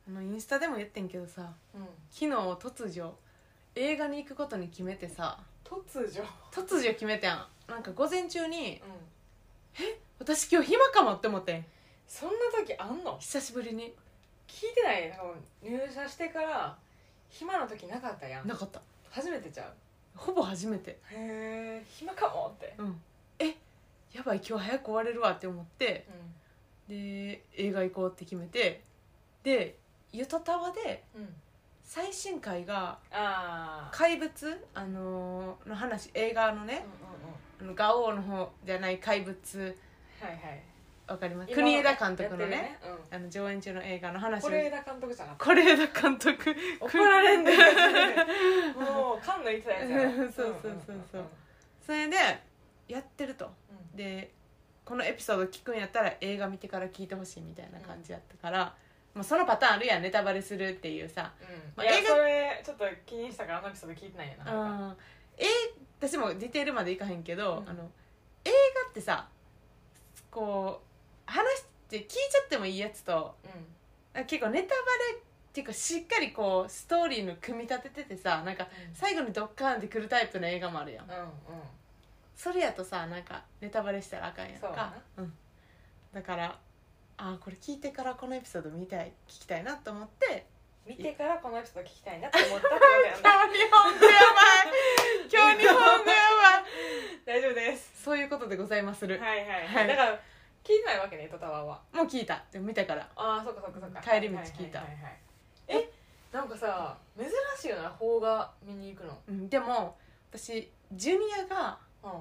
インスタでも言ってんけどさ、昨日突如映画に行くことに決めてさ、 突如決めてん。なんか午前中に、私今日暇かもって思ってん。 そんな時あんの？ 久しぶりに。 聞いてないね。入社してから暇の時なかったやん。 なかった。 初めてちゃう？ ほぼ初めて。 へえ、暇かもって。 やばい今日早く終われるわって思って、で映画行こうって決めて、でゆとたわで最新回が怪物、の話、映画のね、ガオーの方じゃない怪物、 はいはい、 わかります？国枝監督のね、上演中の映画の話を。 是枝監督じゃなかった？ 是枝監督怒られんだよもうカンヌ行ってたやつやろそうそれでやってると、でこのエピソード聞くんやったら映画見てから聞いてほしいみたいな感じやったから、まあ、そのパターンあるやん、ネタバレするっていうさ、 いやそれちょっと気にしたからあのエピソード聞いてないやな。 私もディテールまでいかへんけど、映画ってさ、こう話して聞いちゃってもいいやつと、結構ネタバレっていうかしっかりこうストーリーの組み立てててさ、なんか最後にドッカーンってくるタイプの映画もあるやん。それやとさ、なんかネタバレしたらあかんやんか。だからこれ聞いてからこのエピソード聞きたいなと思って、 見てからこのエピソード聞きたいなって思ったってことやんな。 今日日本語やばい今日日本語やばい大丈夫です、 そういうことでございまする。 はい、だから聞いてないわけね、トタワは。 もう聞いた。でも見たから。 そっか帰り道聞いた。 なんかさ、珍しいよな、邦画見に行くの。 でも私ジュニアが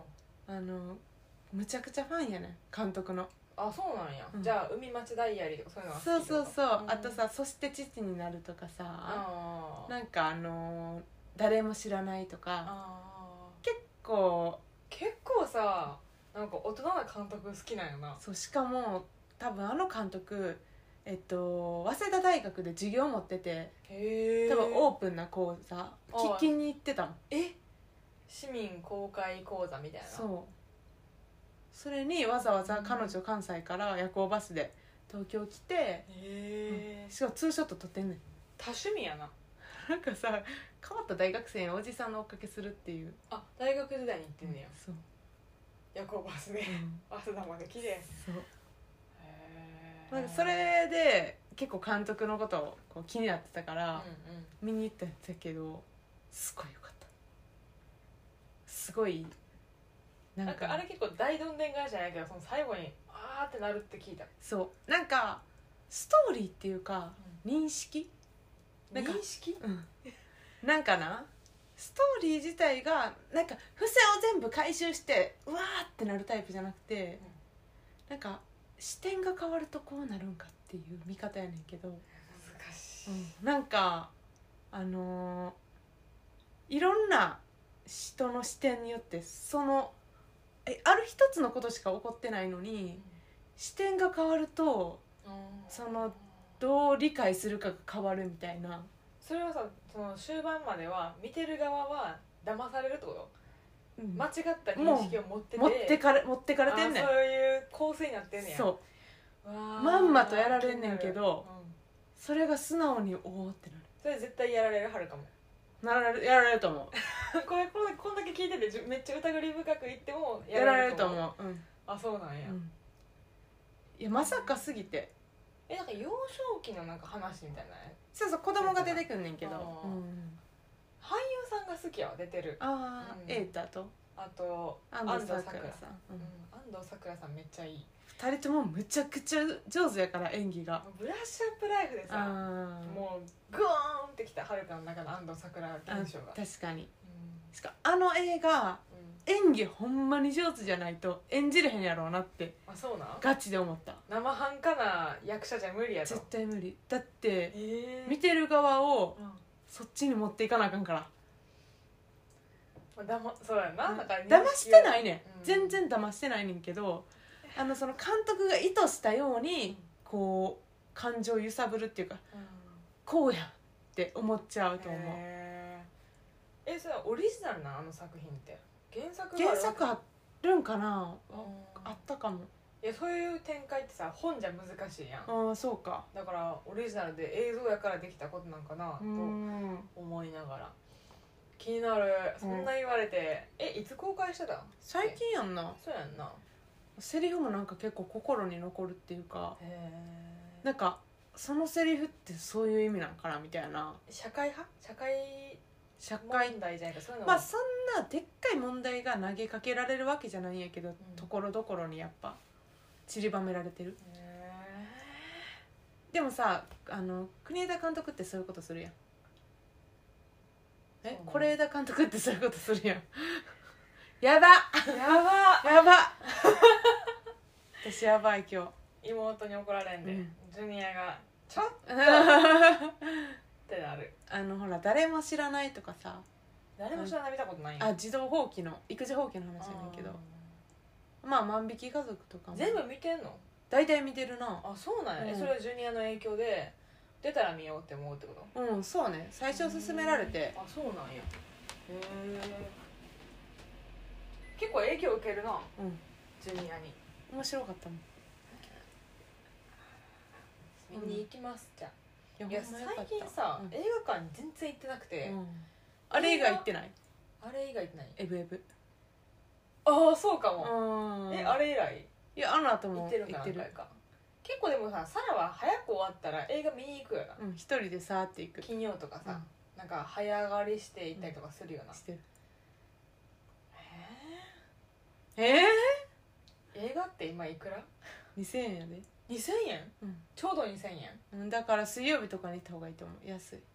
むちゃくちゃファンやねん、監督の。 そうなんや。じゃあ海町ダイアリーとかそういうのが好きってこと？ そう、あとさ、そして父になるとかさ、なんか誰も知らないとか、結構さ、なんか大人な監督好きなんよな。 そう、しかも多分監督早稲田大学で授業持ってて、多分オープンな講座聞きに行ってたもん。 市民公開講座みたいな。 それにわざわざ彼女関西から夜行バスで東京来て、しかもツーショット撮ってんねん。 多趣味やな。 なんかさ、変わった大学生におじさんの追っかけするっていう。 大学時代に行ってんねや。 そう、 夜行バスで早稲田まで来て。 なんかそれで結構監督のことをこう気になってたから、見に行ったんだけど、すごいよかった。すごいなんかあれ結構大どんでん返しじゃないけど、その最後にってなるって聞いた。 そう、なんかストーリーっていうか、認識なんかな、ストーリー自体がなんか伏線を全部回収してうわーってなるタイプじゃなくて、なんか視点が変わるとこうなるんかっていう見方やねんけど、 難しい、 なんかいろんな人の視点によってある一つのことしか起こってないのに、視点が変わるとどう理解するかが変わるみたいな。 それはさ、その終盤までは見てる側は騙されるってこと？間違った認識を持ってて持ってかれてんねん。 そういう構成になってんねん。 そう、まんまとやられんねんけど、それが素直におーってなる。 それ絶対やられるはるかも。 やられると思うこんだけ聞いててめっちゃ疑り深く言ってもやられると思う。 そうなんや。 いやまさかすぎて。 なんか幼少期のなんか話みたいな。 そう子供が出てくんねんけど、 俳優さんが好きやわ、出てる。 瑛太とあと安藤サクラさん。 安藤サクラさんめっちゃいい。 2人ともむちゃくちゃ上手やから、演技が。 ブラッシュアップライフでさ、もうグーンってきたはるかの中の安藤サクラ現象が。 確かに。しかも映画、演技ほんまに上手じゃないと演じれへんやろうなって、 そうなん？ ガチで思った。 生半可な役者じゃ無理やと。 絶対無理だって、見てる側をそっちに持っていかなあかんから。 そうやな、 騙してないねん、全然騙してないねんけど、その監督が意図したようにこう感情を揺さぶるっていうか、こうやって思っちゃうと思う。 それはオリジナルな、あの作品って原作あるんかな。あったかも。 いやそういう展開ってさ本じゃ難しいやん。 ああそうか。 だからオリジナルで映像やからできたことなんかなと思いながら気になる。そんな言われて、いつ公開してたん？ 最近やんな。 そうやんな。 セリフもなんか結構心に残るっていうか、 へなんかそのセリフってそういう意味なんかなみたいな。 社会派？社会問題じゃないかそういうの。 まあそんなでっかい問題が投げかけられるわけじゃないんやけど、ところどころにやっぱ散りばめられてる。でもさ国枝監督ってそういうことするやん。是枝監督ってそういうことするやんやばやば私やばい今日。 妹に怒られんで、ジュニアがちょっとってなる。 ほら誰も知らないとかさ、 誰も知らない見たことないんや。 児童放棄の育児放棄の話やねんけど、まあ万引き家族とかも全部見てんの？ 大体見てるな。 あ、そうなんや。それはジュニアの影響で出たら見ようって思うってこと？ うん、そうね。最初勧められて。 あ、そうなんや。へえ。結構影響受けるな。ジュニアに。 面白かったもん。 見に行きますじゃあ。いや最近さ、映画館に全然行ってなくて。 あれ以外行ってない？ あれ以外行ってない？ エブエブ。 ああそうかも。あれ以来？ いやあの後も行ってるか何回か。結構でもさ、サラは早く終わったら映画見に行くよな。 一人でさーって行く。 金曜とかさ、なんか早上がりして行ったりとかするよな。 してる。 映画って今いくら ？2000円やで。 2000円？ちょうど2000 円。だから水曜日とかに行った方がいいと思う。安い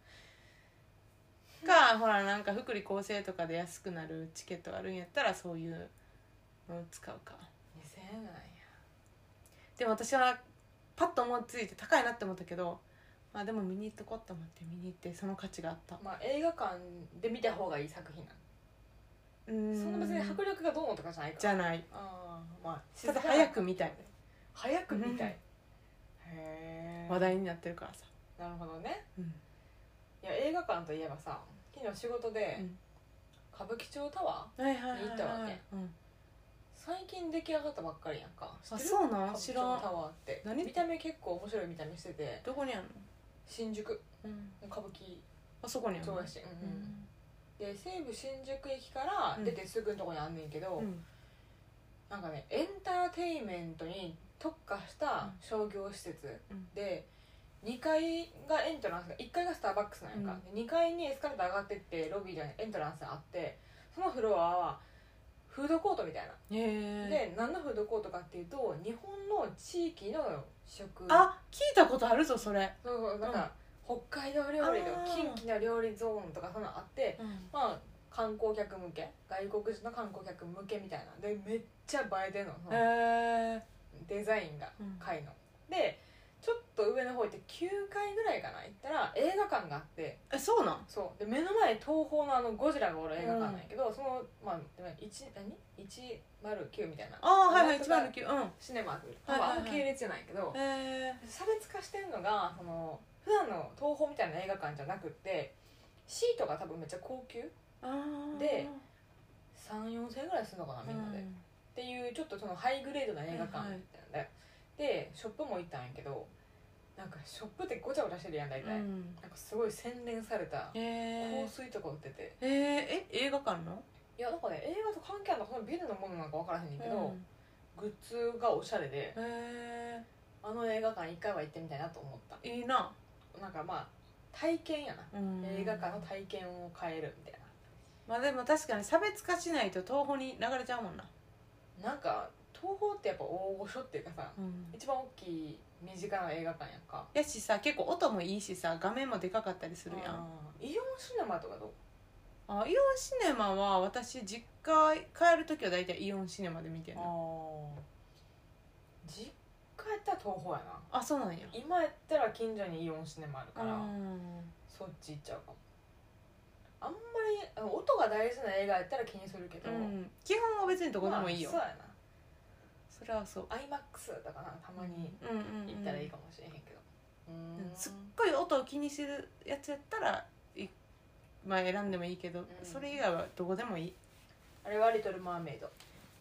か、ほらなんか福利厚生とかで安くなるチケットあるんやったらそういうのを使うか。 2000円なんや。 でも私はパッと思いついて高いなって思ったけど、まあでも見に行っとこうと思って見に行ってその価値があった。 まあ映画館で見た方がいい作品なの？そんな別に迫力がどうのとかじゃないか。 じゃない。 まあただ早く見たい。 早く見たい。へえ。話題になってるからさ。 なるほどね。いや映画館といえばさ、昨日仕事で歌舞伎町タワーに行ったわけ。最近出来上がったばっかりやんか。 あ、そうなん？知らん。 タワーって見た目結構面白い見た目してて。 どこにあるの？ 新宿。歌舞伎あそこにあるの？ で西武新宿駅から出てすぐのとこにあんねんけど、なんかねエンターテインメントに特化した商業施設で、2階がエントランスが1階がスターバックスなんやんか、2階にエスカレーター上がってってロビーでエントランスがあって、そのフロアはフードコートみたいな。で何のフードコートかっていうと日本の地域の食。 あ、聞いたことあるぞそれ。 そうなんか、北海道料理とか近畿の料理ゾーンとかそんなのあって、まあ観光客向け、外国人の観光客向けみたいなでめっちゃ映えてんの、デザインが階の、でちょっと上の方行って9階ぐらいかな行ったら映画館があって。 そうなん？ そうで目の前東宝のゴジラがおる映画館なんやけど、そのまあ109みたいな。 はいはい、109。 シネマズ系列じゃないけど、差別化してるのがその普段の東宝みたいな映画館じゃなくって、シートが多分めっちゃ高級で 3,4 千円ぐらいするのかなみんなで、っていうちょっとそのハイグレードな映画館みたいなでショップも行ったんやけど、なんかショップってごちゃごちゃしてるやん大体、なんかすごい洗練された香水とか売ってて、 映画館の？ いやなんかね映画と関係あるのかビルのものなんか分からへんねんけど、グッズがおしゃれで、あの映画館一回は行ってみたいなと思った。 いいな。 なんかまあ体験やな、映画館の体験を変えるみたいな。 まあでも確かに差別化しないと東宝に流れちゃうもんな。 なんか東宝ってやっぱ大御所っていうかさ、一番大きい身近な映画館やんか。 やしさ、結構音もいいしさ、画面もでかかったりするやん。 イオンシネマとかどう？ イオンシネマは私実家帰るときは大体イオンシネマで見てるの。 実家やったら東宝やな。 あ、そうなんや。 今やったら近所にイオンシネマあるから、そっち行っちゃうかも。あんまり音が大事な映画やったら気にするけど、 基本は別にどこでもいいよ。 そうやな。 それはそう。 IMAX とかな、たまに行ったらいいかもしれへんけど、 すっごい音を気にするやつやったらまあ選んでもいいけど、それ以外はどこでもいい。 あれはリトルマーメイド。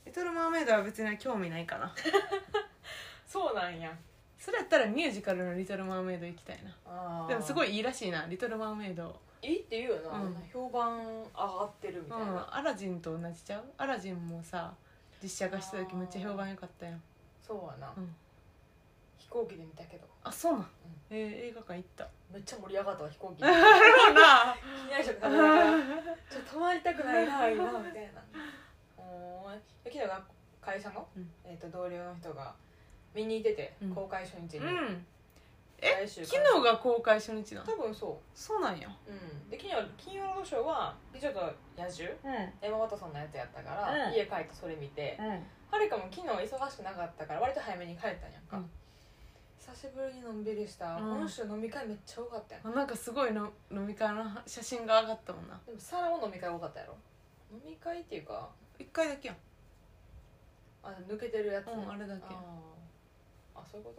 リトルマーメイドは別に興味ないかなそうなんや。 それやったらミュージカルのリトルマーメイド行きたいな。でもすごいいいいらしいな、リトルマーメイド。 いいって言うよな、 うん評判上がってるみたいな、 アラジンと同じちゃう？アラジンもさ実写化した時めっちゃ評判良かったやん。 そうやな、 うん飛行機で見たけどあ、そうなん、映画館行っためっちゃ盛り上がったわ飛行機でなるほどな機内食食べながらちょっと泊まりたくないな今みたいな昨日が会社の、同僚の人が見に行ってて、公開初日に、来週昨日が公開初日なの？ 多分そうそうなんや。 で昨日金曜ロードショーは美女と野獣、エマ・ワトソンのやつやったから、家帰ってそれ見て、はるかも昨日忙しくなかったから割と早めに帰ったんやんか、久しぶりにのんびりした、今週飲み会めっちゃ多かったやん。 なんかすごいの飲み会の写真が上がったもんな。 でもサラも飲み会多かったやろ。飲み会っていうか 1回だけやん。 抜けてるやつ、 あれだけ。 そういうこと？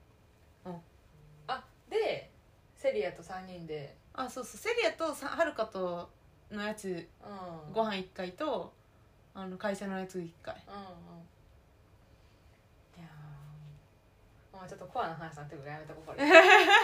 でセリアと3人でそうそう、セリアとはるかとのやつ、ご飯1回と会社のやつ1回。 いやちょっとコアな話になってくるからやめとこうこれ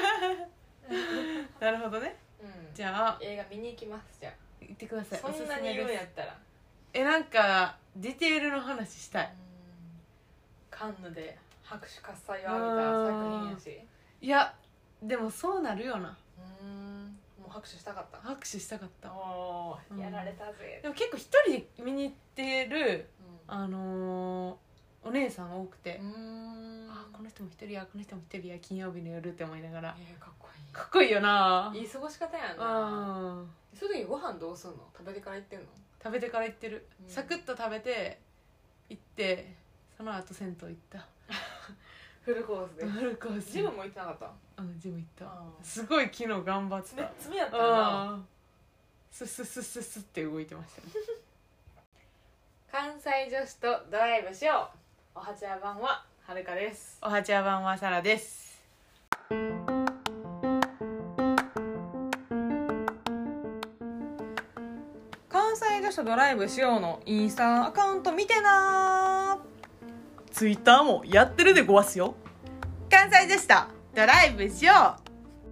なるほどね、じゃあ映画見に行きます。じゃあ行ってください。 そんなに言うんやったらなんかディテールの話したい。 カンヌで拍手喝采を浴びた作品やし。 いやでもそうなるよな。 もう拍手したかった。 拍手したかった。 やられたぜ。 でも結構一人で見に行ってる、お姉さん多くて、この人も一人やこの人も一人や金曜日の夜って思いながら、 かっこいい。 かっこいいよな。 いい過ごし方やんな。そういう時ご飯どうすんの？食べてから行ってんの？ 食べてから行ってる。サクッと食べて行って、その後銭湯行ったフルコースで。 フルコース。 ジムも行ってなかった？ ジム行った。すごい昨日頑張ってた。 爪やったな。 スッスッスッスッスッって動いてましたね関西女子とドライブしよう。おはちゃ版ははるかです。 おはちゃ版はさらです。 関西女子とドライブしようのインスタアカウント見てな。 ツイッターもやってるでごわすよ。関西女子とドライブしよう。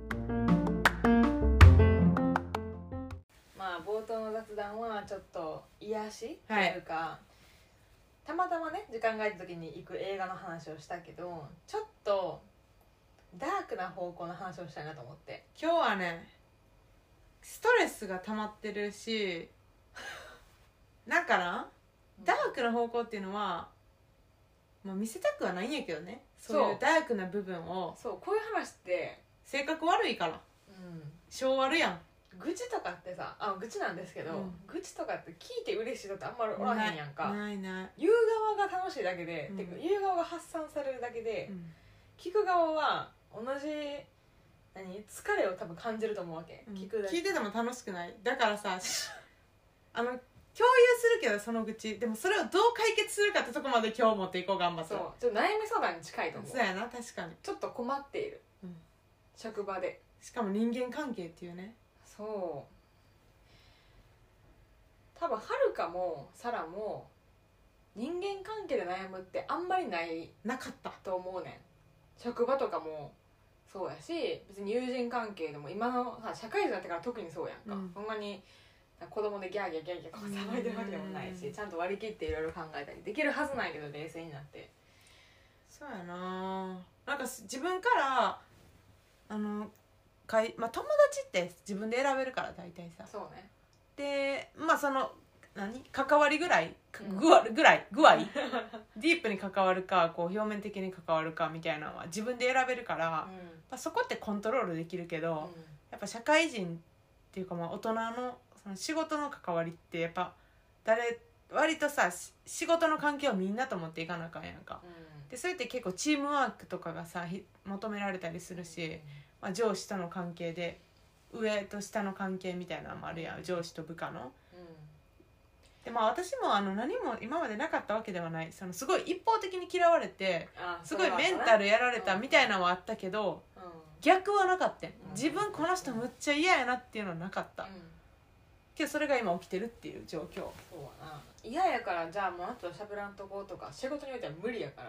冒頭の雑談はちょっと癒しというか、たまたまね時間が空いた時に行く映画の話をしたけど、ちょっとダークな方向の話をしたいなと思って。 今日はねストレスが溜まってるしなんかな、ダークな方向っていうのは、見せたくはないんやけどね。そういうダークな部分を。 そう、こういう話って性格悪いから、性悪やん。 愚痴とかってさ、愚痴なんですけど、愚痴とかって聞いて嬉しい人ってあんまりおらへんやんか。 ないない。 言う側が楽しいだけで、てか言う側が発散されるだけで、聞く側は同じ疲れを多分感じると思うわけ。聞いてても楽しくない。だからさ共有するけどその愚痴でもそれをどう解決するかってとこまで今日持っていこう。頑張って。 そう、ちょっと悩み相談に近いと思う。 そうやな、確かに。 ちょっと困っている、職場で、 しかも人間関係っていうね。 そう多分はるかもさらも人間関係で悩むってあんまりなかったと思うねん。職場とかもそうやし、別に友人関係でも今の社会人になってから特にそうやんか、そんなに子供でギャーギャーギャーギャー騒いでるわけでもないし、ちゃんと割り切っていろいろ考えたりできるはずないけど、冷静になって。 そうやな。なんか自分から友達って自分で選べるから大体さ。 そうね。 でその関わりぐらい具合ディープに関わるか表面的に関わるかみたいなのは自分で選べるから、そこってコントロールできるけど、やっぱ社会人っていうか大人のその仕事の関わりってやっぱ割とさ仕事の関係をみんなと思っていかなあかんやんか、でそれって結構チームワークとかがさ求められたりするし、上司との関係で上と下の関係みたいなのもあるやん、上司と部下の。で私も何も今までなかったわけではない。すごい一方的に嫌われてすごいメンタルやられたみたいなのはあったけど、逆はなかった。自分この人むっちゃ嫌やなっていうのはなかった。 けどそれが今起きてるっていう状況。 そうやな。嫌やからじゃあもうあとしゃべらんとこうとか仕事においては無理やから、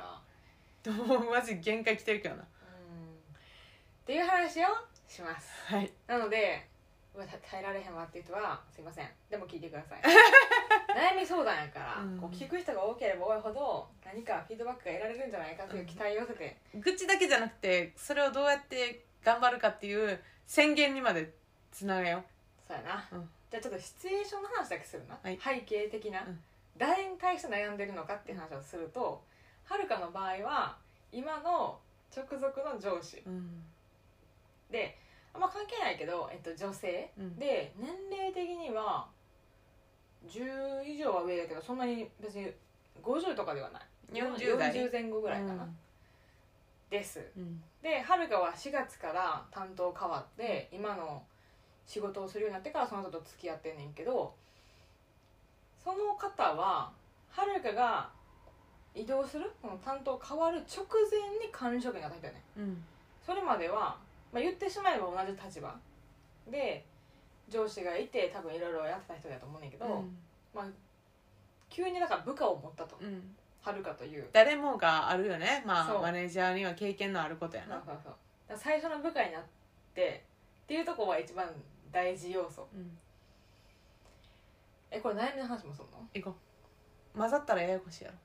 もうマジ限界来てるけどな。 っていう話をします。 はい。 なので耐えられへんわっていう人はすいません、でも聞いてください。悩み相談やから、こう聞く人が多ければ多いほど何かフィードバックが得られるんじゃないかという期待を寄せて、 愚痴だけじゃなくてそれをどうやって頑張るかっていう宣言にまでつなげよう。 そうやな、じゃあちょっとシチュエーションの話だけするな、 はい、 背景的な、誰に対して悩んでるのかっていう話をすると、はるかの場合は今の直属の上司、であんま関係ないけど、女性、で年齢的には10以上は上だけどそんなに別に50とかではない、40前後ぐらいかな、です、ではるかは4月から担当変わって今の仕事をするようになってからその人と付き合ってんねんけど、その方ははるかが移動するこの担当変わる直前に管理職になった人やね、それまでは、言ってしまえば同じ立場で上司がいて多分いろいろやってた人だと思うねんけど、急にだから部下を持ったと、はるかという誰もがあるよね、マネージャーには経験のあることやな。 そう最初の部下になってっていうところは一番大事要素、これ悩みの話もするの？ 行こう。混ざったらややこしいやろ。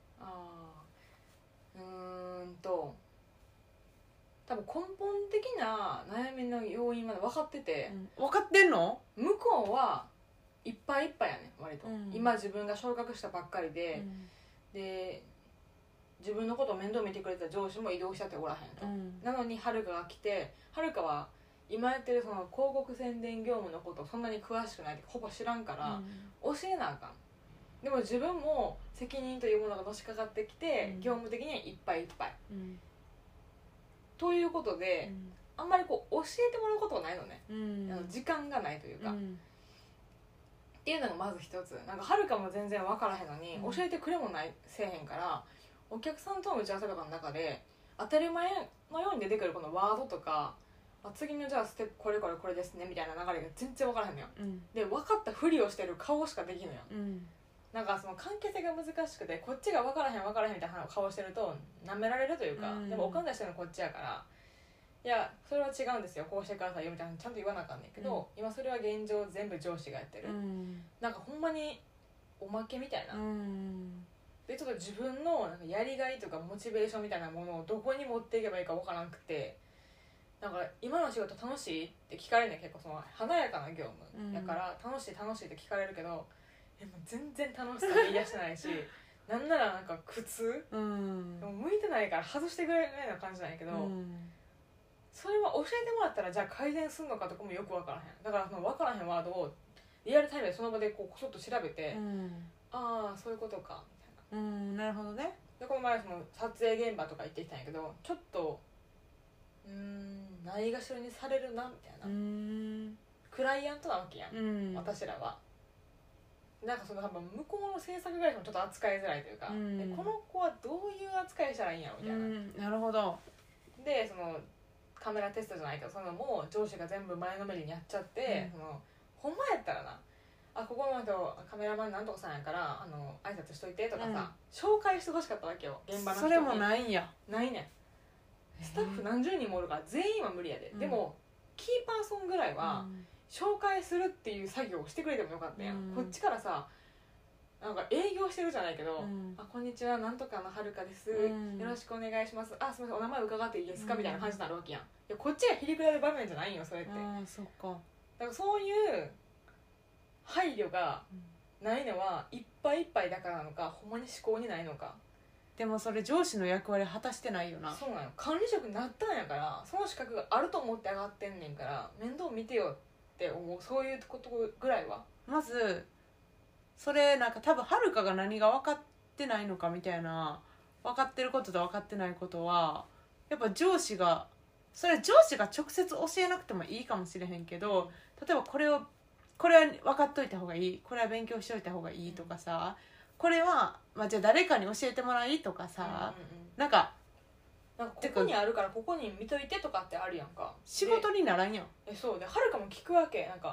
多分根本的な悩みの要因まで分かってて、 分かってんの？ 向こうはいっぱいいっぱいやね割と、今自分が昇格したばっかりで、で自分のことを面倒見てくれた上司も移動しちゃっておらへんと、なのにはるかが来て、はるかは今やってるその広告宣伝業務のことをそんなに詳しくないってほぼ知らんから、教えなあかん。でも自分も責任というものがのしかかってきて、業務的にはいっぱいいっぱい、ということで、あんまりこう教えてもらうことがないのね、時間がないというか、っていうのがまず一つ。なんかはるかも全然分からへんのに、教えてくれもないせえへんから、お客さんとの打ち合わせとかの中で当たり前のように出てくるこのワードとか、次のじゃあステップこれこれこれですねみたいな流れが全然分からへんのよ、で分かったふりをしてる顔しかできんのよ、なんかその関係性が難しくて、こっちが分からへん分からへんみたいな顔してると舐められるというか、でもおかんだしてるのこっちやから、いやそれは違うんですよこうしてくださいよみたいなちゃんと言わなあかんねんけど、今それは現状全部上司がやってる、なんかほんまにおまけみたいな、でちょっと自分のなんかやりがいとかモチベーションみたいなものをどこに持っていけばいいか分からなくて、なんか今の仕事楽しいって聞かれるねん。結構その華やかな業務だから楽しい楽しいって聞かれるけど、もう全然楽しさ言い出してないしなんならなんか苦痛、でも向いてないから外してくれるような感じなんやけど、それは教えてもらったらじゃあ改善するのかとかもよく分からへん。だからその分からへんワードをリアルタイムでその場でこうちょっと調べて、ああそういうことかみたいな。なるほどね。 でこの前その撮影現場とか行ってきたんやけど、ちょっとないがしろにされるなみたいな、クライアントなわけやん、私らは。なんかその多分向こうの制作会社もちょっと扱いづらいというか、でこの子はどういう扱いしたらいいんやろみたいな、 なるほど。 でそのカメラテストじゃないけどそのも上司が全部前のめりにやっちゃって、そのほんまやったらな、ここの人カメラマンなんとかさんやから挨拶しといてとかさ、紹介してほしかったわけよ現場の人に。 それもないんや。 ないねん。スタッフ何十人もおるから全員は無理やで、でもキーパーソンぐらいは紹介するっていう作業をしてくれてもよかったやん、こっちからさなんか営業してるじゃないけど、こんにちはなんとかのはるかです、よろしくお願いします、すみませんお名前伺っていいですか、みたいな感じになるわけやん。いやこっちがひりくられる場面じゃないんよそれって。 そっか。 だからそういう配慮がないのはいっぱいいっぱいだからなのか、ほんまに思考にないのか。 でもそれ上司の役割果たしてないよな。 そうなの、管理職になったんやからその資格があると思って上がってんねんから面倒見てよって思う。そういうことぐらいはまずそれなんか多分はるかが何が分かってないのかみたいな、分かってることと分かってないことはやっぱ上司が、それは上司が直接教えなくてもいいかもしれへんけど、例えばこれは分かっといた方がいい、これは勉強しといた方がいいとかさ、これは、じゃあ誰かに教えてもらいとかさ、なんかここにあるからここに見といてとかってあるやんか。 仕事にならんやん。 そうではるかも聞くわけ。なんか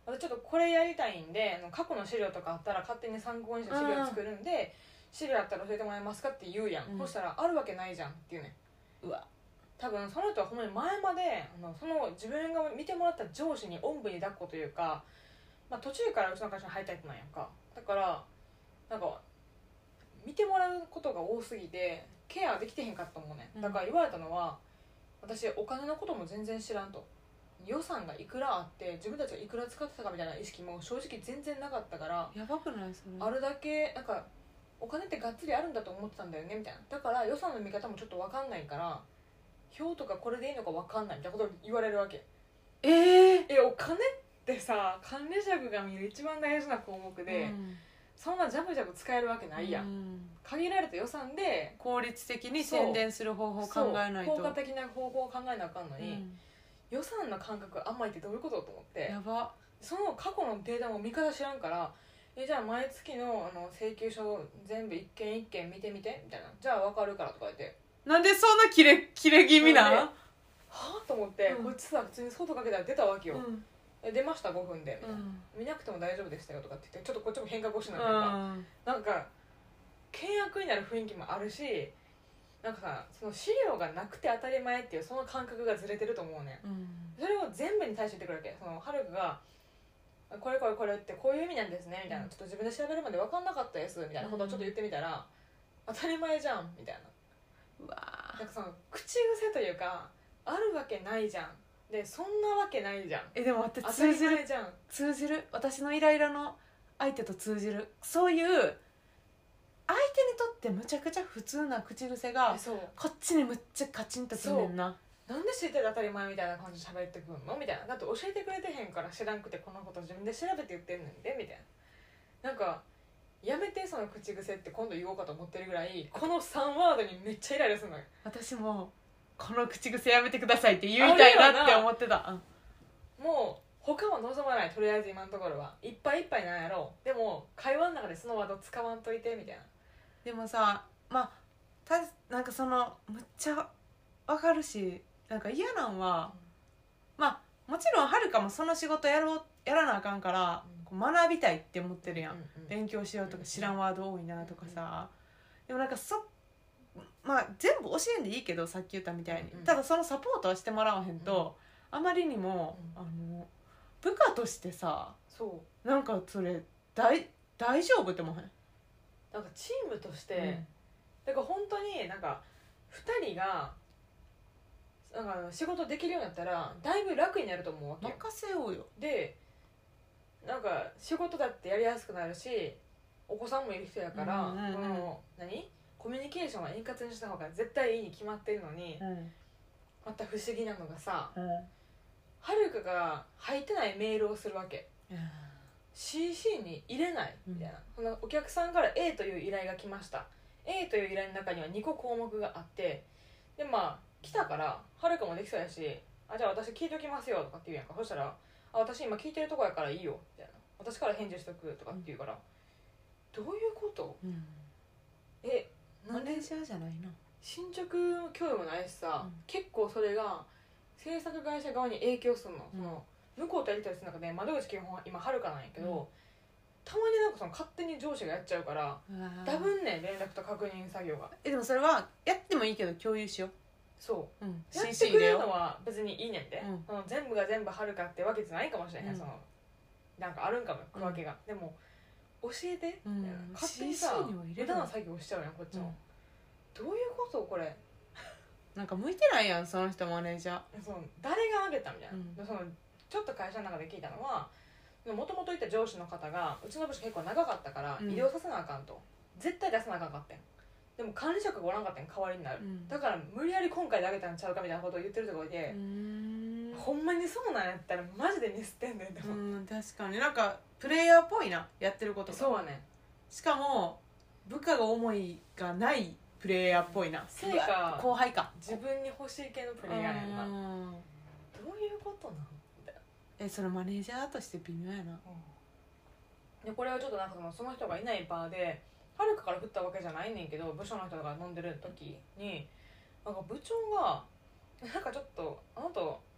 私ちょっとこれやりたいんで過去の資料とかあったら勝手に参考にして資料作るんで資料あったら教えてもらえますかって言うやん、そしたらあるわけないじゃんっていうね。 うわ、 多分その人はほんまに前までその自分が見てもらった上司におんぶに抱っこというか、途中からうちの会社に入った人なんやんか。だからなんか見てもらうことが多すぎてケアできてへんかったもんね。だから言われたのは、私お金のことも全然知らんと、予算がいくらあって自分たちがいくら使ってたかみたいな意識も正直全然なかったから、 やばくないそれ。 あるだけなんかお金ってがっつりあるんだと思ってたんだよねみたいな。だから予算の見方もちょっと分かんないから表とかこれでいいのか分かんないみたいなことを言われるわけ。お金ってさ管理職が見る一番大事な項目で、そんなジャブジャブ使えるわけないやん、限られた予算で効率的に宣伝する方法を考えないと、 効果的な方法を考えなあかんのに、予算の感覚甘いってどういうことと思って、 やば。 その過去のデータも見方知らんから、じゃあ毎月の請求書全部一件一件見てみてみたいな、じゃあ分かるからとか言って、 なんでそんなキレ気味なはぁと思って、こっちさ普通に外かけたら出たわけよ、出ました5分でみたいな、見なくても大丈夫でしたよとかって言って、ちょっとこっちも変化越しなんか、なんか契約になる雰囲気もあるし、なんかさその資料がなくて当たり前っていうその感覚がずれてると思うね、それを全部に対して言ってくるわけ。そのはるかがこれこれこれってこういう意味なんですねみたいな、ちょっと自分で調べるまで分かんなかったですみたいなことをちょっと言ってみたら、当たり前じゃんみたいな。 うわ、 なんかその口癖というか、あるわけないじゃんで、そんなわけないじゃん、 でも待って、 当たり前じゃん。 通じる、私のイライラの相手と通じる。そういう相手にとってむちゃくちゃ普通な口癖がこっちにむっちゃカチンとくんねんな。 なんで知ってる当たり前みたいな感じで喋ってくんのみたいな。だって教えてくれてへんから知らんくてこのこと自分で調べて言ってんねんでみたいな。なんかやめてその口癖って今度言おうかと思ってるぐらい、この3ワードにめっちゃイライラするのよ。 私もこの口癖やめてくださいって言いたいなって思ってた。 もう他は望まない、とりあえず今のところはいっぱいいっぱいなんやろう。でも会話の中でそのワード使わんといてみたいな。 でもさ、なんかそのむっちゃわかるし、なんか嫌なんは、もちろんはるかもその仕事やらなあかんから、こう学びたいって思ってるやん、勉強しようとか知らんワード多いなとかさ、でもなんか全部教えんでいいけど、さっき言ったみたいに、ただそのサポートはしてもらわへんと、あまりにも、部下としてさ、なんかそれ大丈夫って思わへん？ なんかチームとして、だから本当になんか2人がなんか仕事できるようになったらだいぶ楽になると思うわけよ。 任せようよ。 でなんか仕事だってやりやすくなるし、お子さんもいる人やから、コミュニケーションは円滑にした方が絶対いいに決まってるのに、また不思議なのがさ、はるかが入ってないメールをするわけ、CC に入れないみたいな、そのお客さんから A という依頼が来ました。 A という依頼の中には2個項目があって、で来たからはるかもできそうやし、じゃあ私聞いときますよとかって言うやんか。そしたら私今聞いてるとこやからいいよみたいな、私から返事しとくとかって言うから、どういうこと、 マネージャーじゃないな。 進捗共有もないしさ、結構それが制作会社側に影響するの、その向こうとやりたりする中で窓口基本は今はるかなんやけど、たまになんかその勝手に上司がやっちゃうから多分ね、連絡と確認作業が。 でもそれはやってもいいけど共有しよう。 そう、やってくれるのは別にいいねんで、全部が全部はるかってわけじゃないかもしれない、そのなんかあるんかも区分けが、でも教えて、勝手にさ無駄な作業しちゃうやんこっちも、どういうことこれ。 なんか向いてないやんその人マネージャー。 誰があげたみたいな、そのちょっと会社の中で聞いたのは、もともといた上司の方がうちの部署結構長かったから移動させなあかんと、絶対出さなあかんかったん。でも管理職がおらんかったん、代わりになる、だから無理やり今回であげたんちゃうかみたいなことを言ってるところで、ほんまにそうなんやったらマジでミスってんねん。でも確かになんかプレイヤーっぽいな、やってることが。 そうはね。しかも部下が思いがないプレイヤーっぽいな。 成果後輩か、 自分に欲しい系のプレイヤーやんな。どういうことなんだよ。 そのマネージャーとして微妙やな、 でこれはちょっとなんかその人がいないバーではるかから振ったわけじゃないねんけど、部署の人が飲んでる時になんか部長がなんかちょっとあの人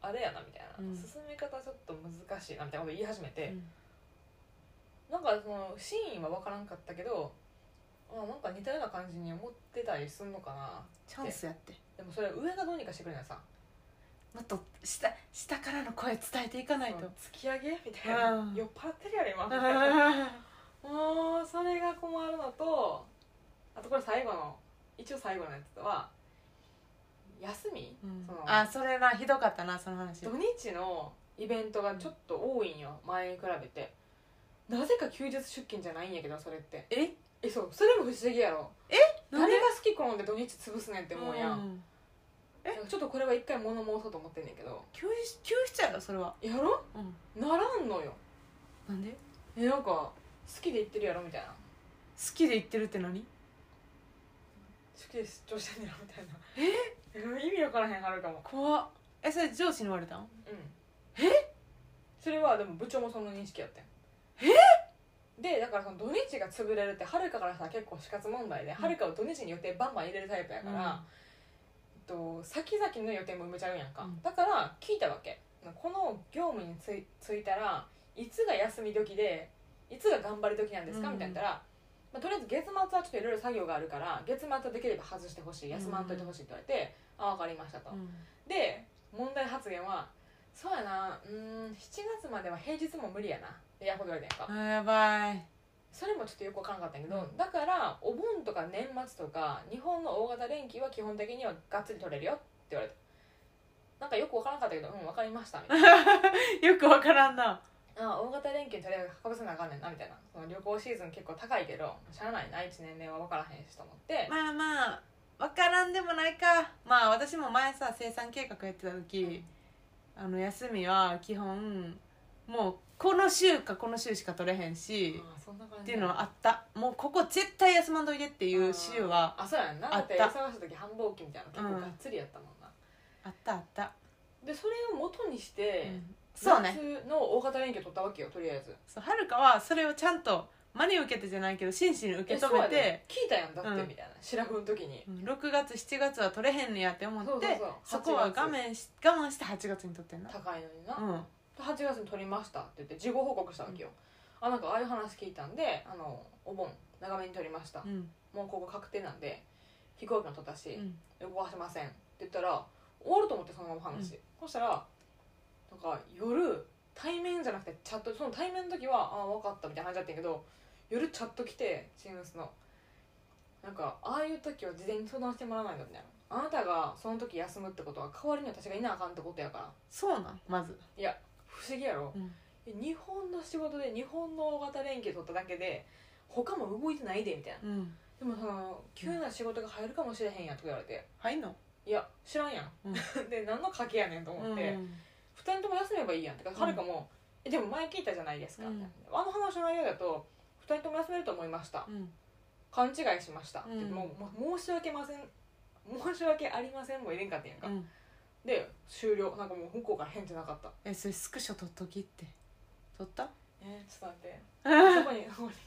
あれやなみたいな、 うん進め方ちょっと難しいなみたいなこと言い始めて、 うんなんかそのシーンは分からんかったけど、なんか似たような感じに思ってたりすんのかな。 チャンスやって。 でもそれ上がどうにかしてくれないさ、 もっと下からの声伝えていかないと。 突き上げみたいな、 うん酔っ払ってるやろ今みたいなもうそれが困るのと、あとこれ最後の一応最後のやつは休み、 それな、ひどかったなその話。 土日のイベントがちょっと多いんよ、前に比べて。なぜか休日出勤じゃないんやけど、それってそうそれも不思議やろ。誰が好き好んで土日潰すねんって思うやん、ちょっとこれは一回物申そうと思ってんねんけど。 休日やろそれは。 やろ、ならんのよ。 なんで？ なんか好きで言ってるやろみたいな。 好きで言ってるって何？ 好きで出張してんねやろみたいな。意味わからへんはるかも。 怖っ。それ上司に言われたん？ それはでも部長もその認識やってん。でだからその土日が潰れるってはるかからしたら結構死活問題で、はるかは土日に予定バンバン入れるタイプやから、先々の予定も埋めちゃうやんか、だから聞いたわけ。この業務についたらいつが休み時でいつが頑張り時なんですか、みたいな言ったら、とりあえず月末はちょっといろいろ作業があるから月末はできれば外してほしい、休まんといてほしいって言われて、分かりましたと、で問題発言はそうやな、7月までは平日も無理やなってやこと言われてんか。 やばい。 それもちょっとよく分からなかったんやけど、だからお盆とか年末とか日本の大型連休は基本的にはがっつり取れるよって言われて、なんかよく分からなかったけど分かりましたみたいなよく分からんな。 大型連休にとりあえずかぶせなあかんねんなみたいな。その旅行シーズン結構高いけどしゃあないな、1年目は分からへんしと思って、 まあ分からんでもないか。私も前さ生産計画やってた時、休みは基本もうこの週かこの週しか取れへんし、 そんな感じっていうのはあった。もうここ絶対休まんといてっていう週はそうやんな。だって忙しい時繁忙期みたいな結構がっつりやったもんな、 あったでそれを元にして、 そうね、 夏の大型連休取ったわけよ。とりあえずはるかはそれをちゃんと真に受けてじゃないけど真摯に受け止めて、 聞いたやんだって、みたいな。シラフの時に 6月7月は取れへんねやって思って、そこは我慢して8月に取ってんな。 高いのにな、8月に取りましたって言って事後報告したわけよ、なんかああいう話聞いたんでお盆長めに取りました、もうここ確定なんで飛行機も取ったし、動かせませんって言ったら終わると思って、そのまま話、そしたらなんか夜対面じゃなくてチャット、その対面の時は分かったみたいな感じだったんやけど、夜チャット来て Teams のなんかああいう時は事前に相談してもらわないのみたいな。あなたがその時休むってことは代わりに私がいなあかんってことやから。 そうなん？まずいや不思議やろ、日本の仕事で日本の大型連休取っただけで他も動いてないでみたいな、でもその急な仕事が入るかもしれへんやんとか言われて、 入んの？ いや知らんやん、で何の賭けやねんと思って、2人とも休めばいいやんってか、はるかもでも前聞いたじゃないですか、あの話の内容だと2人とも休めると思いました、勘違いしました、もう申し訳ありませんも入れんかったやんか、で終了。なんかもう向こうから返事なかった。 それスクショ撮っときって。撮った？ ちょっと待ってそこ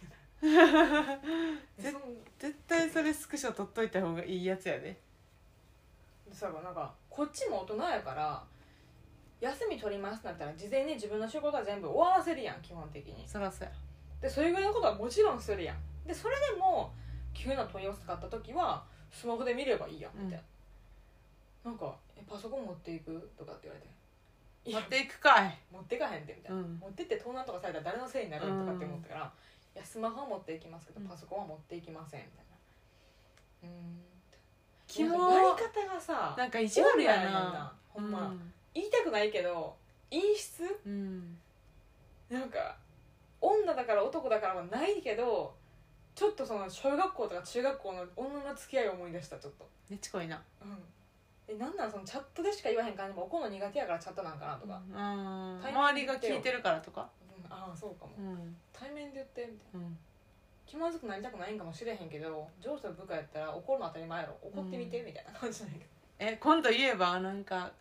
に絶対それスクショ撮っといた方がいいやつやで。 なんかこっちも大人やから休み取りますってなったら事前に自分の仕事は全部終わらせるやん、基本的に。 そらそうや。 でそれぐらいのことはもちろんするやん。でそれでも急な問い合わせがあった時はスマホで見ればいいやんみたいな、なんかパソコン持っていくとかって言われて、 持っていくかい、 持っていかへんってみたいな、持ってって盗難とかされたら誰のせいになるとかって思ったから、いやスマホは持っていきますけどパソコンは持っていきませんみたいな。基本やり方がさ、 なんか意地悪やなほんま、言いたくないけど陰湿、なんか女だから男だからはないけど、ちょっとその小学校とか中学校の女の付き合いを思い出した。ちょっとねちこいな。 なんなんそのチャットでしか言わへん感じも怒るの苦手やからチャットなんかなとか、 周りが聞いてるからとか、 ああそうかも、対面で言ってみたいな、気まずくなりたくないんかもしれへんけど、上司の部下やったら怒るの当たり前やろ、怒ってみてみたいな感じなんやけど、 今度言えばなんか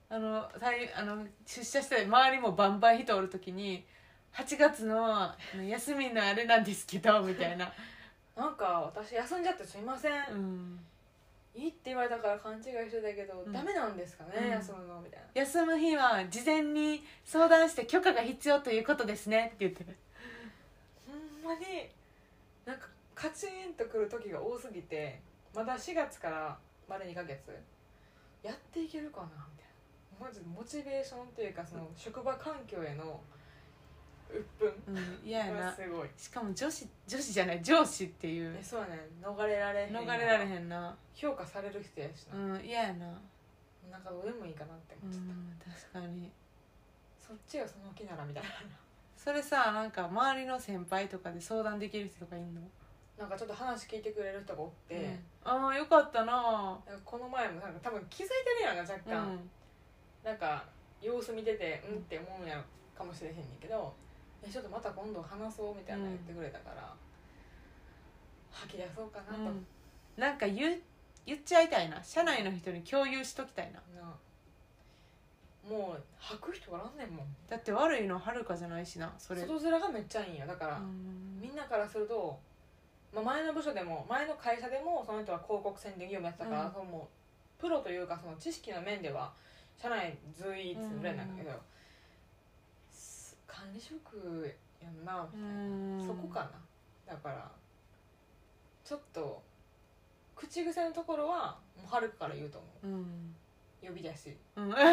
出社して周りもバンバン人おる時に8月の休みのあれなんですけどみたいななんか私休んじゃってすいません、 いいって言われたから勘違いしてたけど、ダメなんですかね、休むのみたいな。 休む日は事前に相談して許可が必要ということですねって言ってる。 ほんまになんかカチンとくる時が多すぎて、まだ4月からまだ2ヶ月やっていけるかなみたいな。マジでモチベーションっていうか、その職場環境への鬱憤、 嫌やな。 すごい。 しかも女子じゃない上司っていう。 そうやね、逃れられへんな。 評価される人やしな。 嫌やな。 なんかどうでもいいかなって思っちゃった。確かにそっちがその気ならみたいな。 それさ、なんか周りの先輩とかで相談できる人とかいんの？ なんかちょっと話聞いてくれる人がおって、 ああよかったな。 この前もなんか多分気づいてるやんな、若干、なんか様子見ててって思うんやかもしれへんねんけど、ちょっとまた今度話そうみたいな言ってくれたから、吐き出そうかなと、 なんか言っちゃいたいな。社内の人に共有しときたいな。 もう吐く人おらんねんもん。 だって悪いのはるかじゃないしな。それ外面がめっちゃいいんや。だからみんなからすると、前の部署でも前の会社でもその人は広告宣伝業務やってたから、そのプロというかその知識の面では社内随一ぐらいなんだけど、管理職やんなみたいな、そこかな。だからちょっと口癖のところはもうはるかから言うと思う、呼び出し、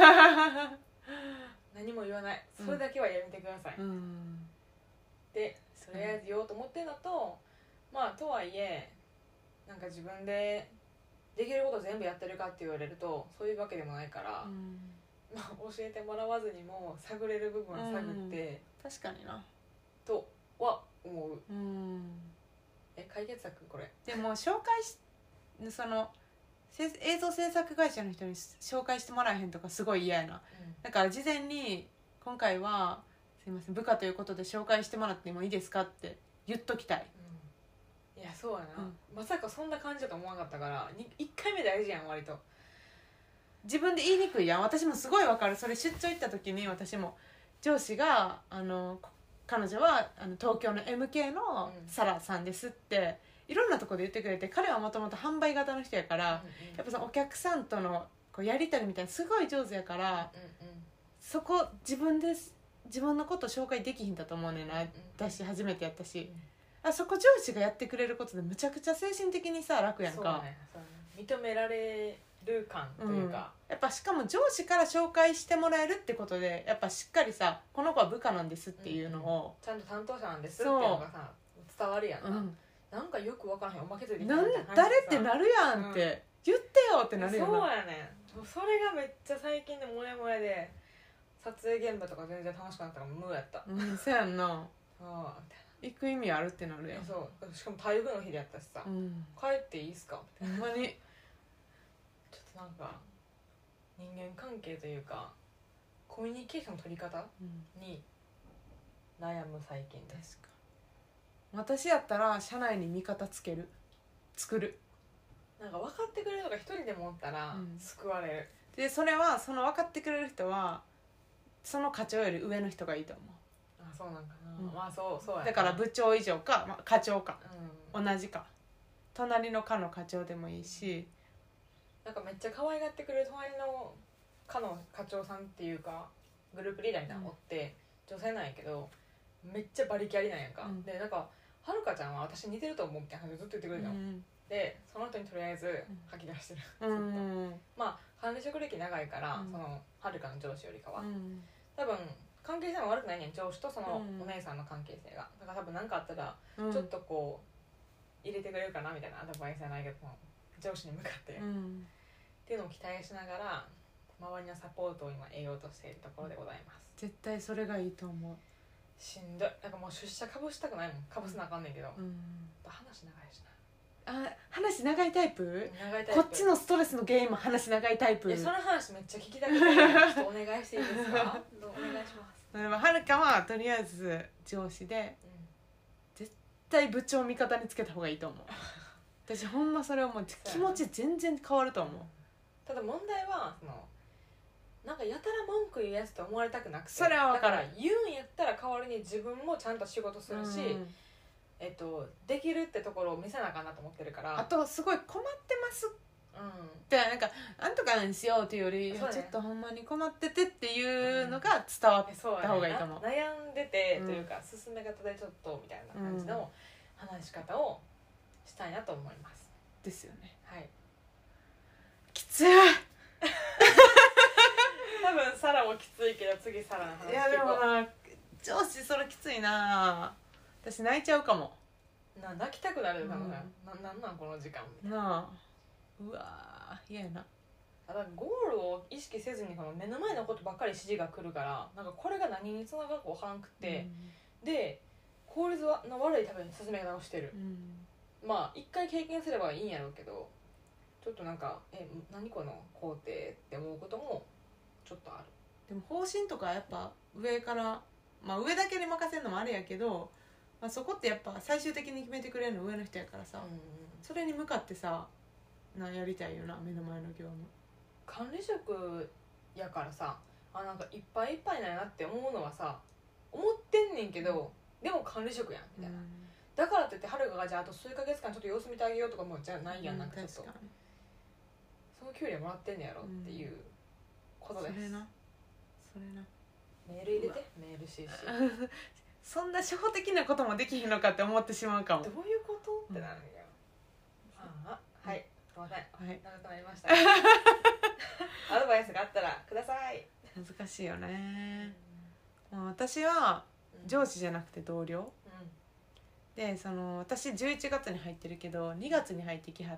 何も言わない、それだけはやめてください、でとりあえず言おうと思ってるのと、とはいえなんか自分でできること全部やってるかって言われるとそういうわけでもないから、教えてもらわずにも探れる部分は探って、 確かになとは思う。解決策これでも紹介その映像制作会社の人に紹介してもらえへんとかすごい嫌やな、だから事前に今回はすいません部下ということで紹介してもらってもいいですかって言っときたい、 いやそうやな、まさかそんな感じだと思わなかったから1回目大事やん。割と自分で言いにくいやん。私もすごいわかる。それ出張行った時に私も上司が彼女は東京の MK のサラさんですっていろんなところで言ってくれて、彼はもともと販売型の人やから、やっぱそのお客さんとのこうやり取りみたいなすごい上手やから、そこ自分のこと紹介できひんだと思うねんな、私初めてやったし、そこ上司がやってくれることでむちゃくちゃ精神的にさ楽やんか。 そうね、認められる感というか、 やっぱしかも上司から紹介してもらえるってことでやっぱしっかりさこの子は部下なんですっていうのを、 ちゃんと担当者なんですっていうのがさ伝わるやんな、なんかよく分からへんおまけついてきたみたいな話誰ってなるやんって、言ってよってなるやん。 そうやねん。それがめっちゃ最近でモヤモヤで、撮影現場とか全然楽しくなったから無やった。 そうやんな。 あ行く意味あるってなるやん。 そうしかも台風の日でやったしさ、帰っていいっすかみたいな。 ほんまにちょっとなんか人間関係というかコミュニケーションの取り方に悩む最近です。 私やったら社内に味方作る。 なんか分かってくれるのが一人でもおったら救われる、 でそれはその分かってくれる人はその課長より上の人がいいと思う。 そうなんかな、そうやだから部長以上か、課長か、同じか隣の課の課長でもいいし、 なんかめっちゃ可愛がってくれる隣の課の課長さんっていうかグループリーダーみたいなのおって、女性なんやけどめっちゃバリキャリなんやんか、でなんかはるかちゃんは私似てると思うみたいな話ずっと言ってくれるの、でその人にとりあえず吐き出してる、管理職歴長いから、そのはるかの上司よりかは、多分関係性も悪くないねん、上司とそのお姉さんの関係性が。だから多分何かあったらちょっとこう入れてくれるかなみたいなアドバイスじゃないけど上司に向かって、っていうのを期待しながら周りのサポートを今得ようとしているところでございます。 絶対それがいいと思う。 しんどい。なんかもう出社かぶしたくないもん。かぶすなあかんねんけど、話長いしな。 話長いタイプ？ 長いタイプ。 こっちのストレスの原因も話長いタイプ。 その話めっちゃ聞きたくてちょっとお願いしていいですか？お願いします。 はるかはとりあえず上司で、絶対部長味方につけた方がいいと思う。私ほんまそれ思う。気持ち全然変わると思う。 ただ問題はなんかやたら文句言うやつと思われたくなくて、 それは分かる。 だから言うんやったら代わりに自分もちゃんと仕事するし、できるってところを見せなあかんなと思ってるから。 あとすごい困ってますでなんかなんとかにしようというより、ちょっとほんまに困っててっていうのが伝わった方がいいと思う。 悩んでてというか、進め方でちょっとみたいな感じの話し方をしたいなと思います。 ですよね。 はい。 きつい。 多分サラもきついけど次サラの話聞こう。 いやでもな、上司それきついな。私泣いちゃうかも。 泣きたくなるよ、なんなんこの時間みたいな。 なあ、うわー嫌やな。 だからゴールを意識せずにこの目の前のことばっかり指示が来るから、なんかこれが何につながるか分からんくて、で効率の悪い多分進め方をしてる、まあ一回経験すればいいんやろうけど、ちょっとなんか何この工程って思うこともちょっとある。 でも方針とかやっぱ上から、まあ上だけに任せるのもあれやけど、まあ、そこってやっぱ最終的に決めてくれるの上の人やからさ、それに向かってさやりたいよな、目の前の業務。 管理職やからさ、なんかいっぱいいっぱいなんやなって思うのはさ思ってんねんけど、でも管理職やんみたいな、だからといってはるかがじゃああと数ヶ月間ちょっと様子見てあげようとかもじゃないやん、なんかちょっとその給料もらってんねやろっていうことです。 それなメール入れて、メール CC そんな初歩的なこともできひんのかって思ってしまうかも。 どういうこと、ってなるんよ。はい、すいません、長くなりましたアドバイスがあったらください。 難しいよね。私は上司じゃなくて同僚、で私11月に入ってるけど2月に入ってきはった、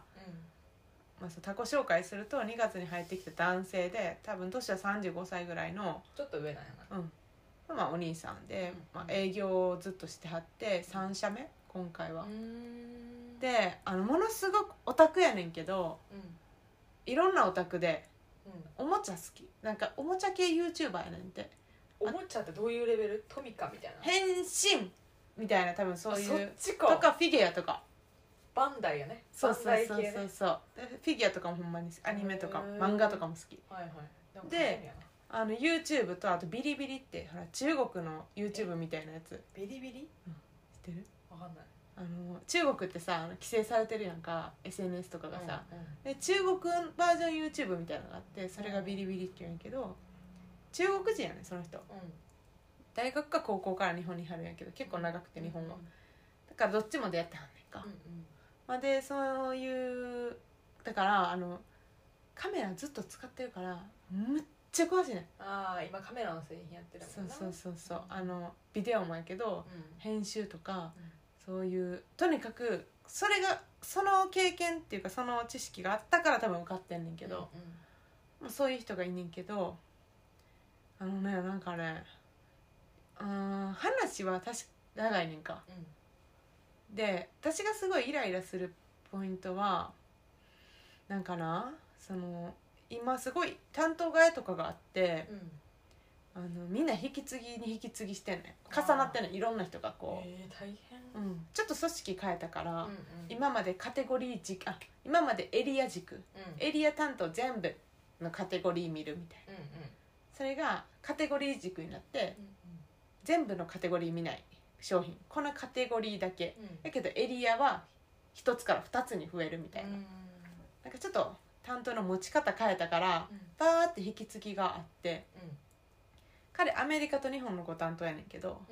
他己紹介すると2月に入ってきた男性で、多分年は35歳ぐらいのちょっと上なんやな、お兄さんで、営業をずっとしてはって3社目今回は。でものすごくオタクやねんけど、いろんなオタクで、おもちゃ好き、なんかおもちゃ系 YouTuber やねんて。 おもちゃってどういうレベル？トミカみたいな、 変身みたいな、多分そういうそっちかとかフィギュアとか、 バンダイやね。 そうフィギュアとかもほんまにアニメとか漫画とかも好きで、YouTube とあとビリビリってほら中国の YouTube みたいなやつ。 ビリビリ、 知ってる？ わかんない。 中国ってさ規制されてるやんか SNS とかがさ、で中国バージョン YouTube みたいなのがあって、それがビリビリって言うんやけど、中国人やねその人、大学か高校から日本にいはるんやけど結構長くて日本は、だからどっちもでやってはんねんか、でそういうだからカメラずっと使ってるからむっちゃ詳しいねん。 今カメラの製品やってるもんな。 そうビデオもやけど、編集とか、そういうとにかくその経験っていうかその知識があったから多分受かってんねんけど、そういう人がいんねんけど、なんかね、話は確か長いねんか、で私がすごいイライラするポイントはなんかな、今すごい担当替えとかがあって、みんな引き継ぎしてんねん、重なってんねん、いろんな人がこう、 大変、 ちょっと組織変えたから、今までカテゴリー軸、今までエリア軸、エリア担当全部のカテゴリー見るみたいな、それがカテゴリー軸になって、全部のカテゴリー見ない商品、このカテゴリーだけ、だけどエリアは1つから2つに増えるみたいな、なんかちょっと担当の持ち方変えたから、バーって引き継ぎがあって、彼アメリカと日本のご担当やねんけど、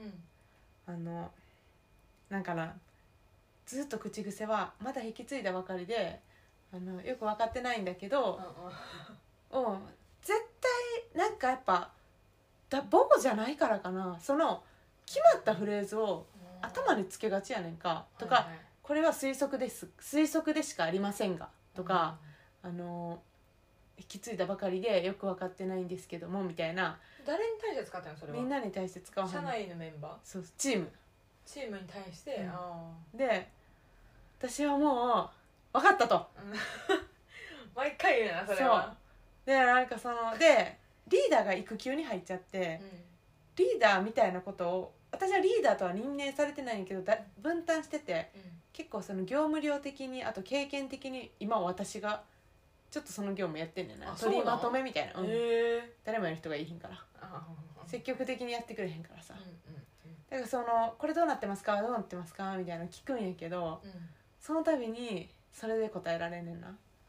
なんかな、ずっと口癖はまだ引き継いだばかりでよく分かってないんだけど、絶対なんかやっぱ母語じゃないからかな、その決まったフレーズを頭につけがちやねんか、とか、これは推測でしかありませんがとか、引き継いだばかりでよく分かってないんですけどもみたいな。 誰に対して使ったのそれは？ みんなに対して使わはん社内のメンバー？ そう、チームに対して、 で私はもう分かったと毎回言うなそれは。 そうで、なんかでリーダーが育休に入っちゃって、リーダーみたいなことを、私はリーダーとは任命されてないんやけど分担してて、結構業務量的にあと経験的に今は私がちょっとその業務やってんねんな、取りまとめみたいな、誰もやる人がいいひんから、積極的にやってくれへんからさ、だからこれどうなってますかみたいなの聞くんやけど、その度にそれで答えられんねんな。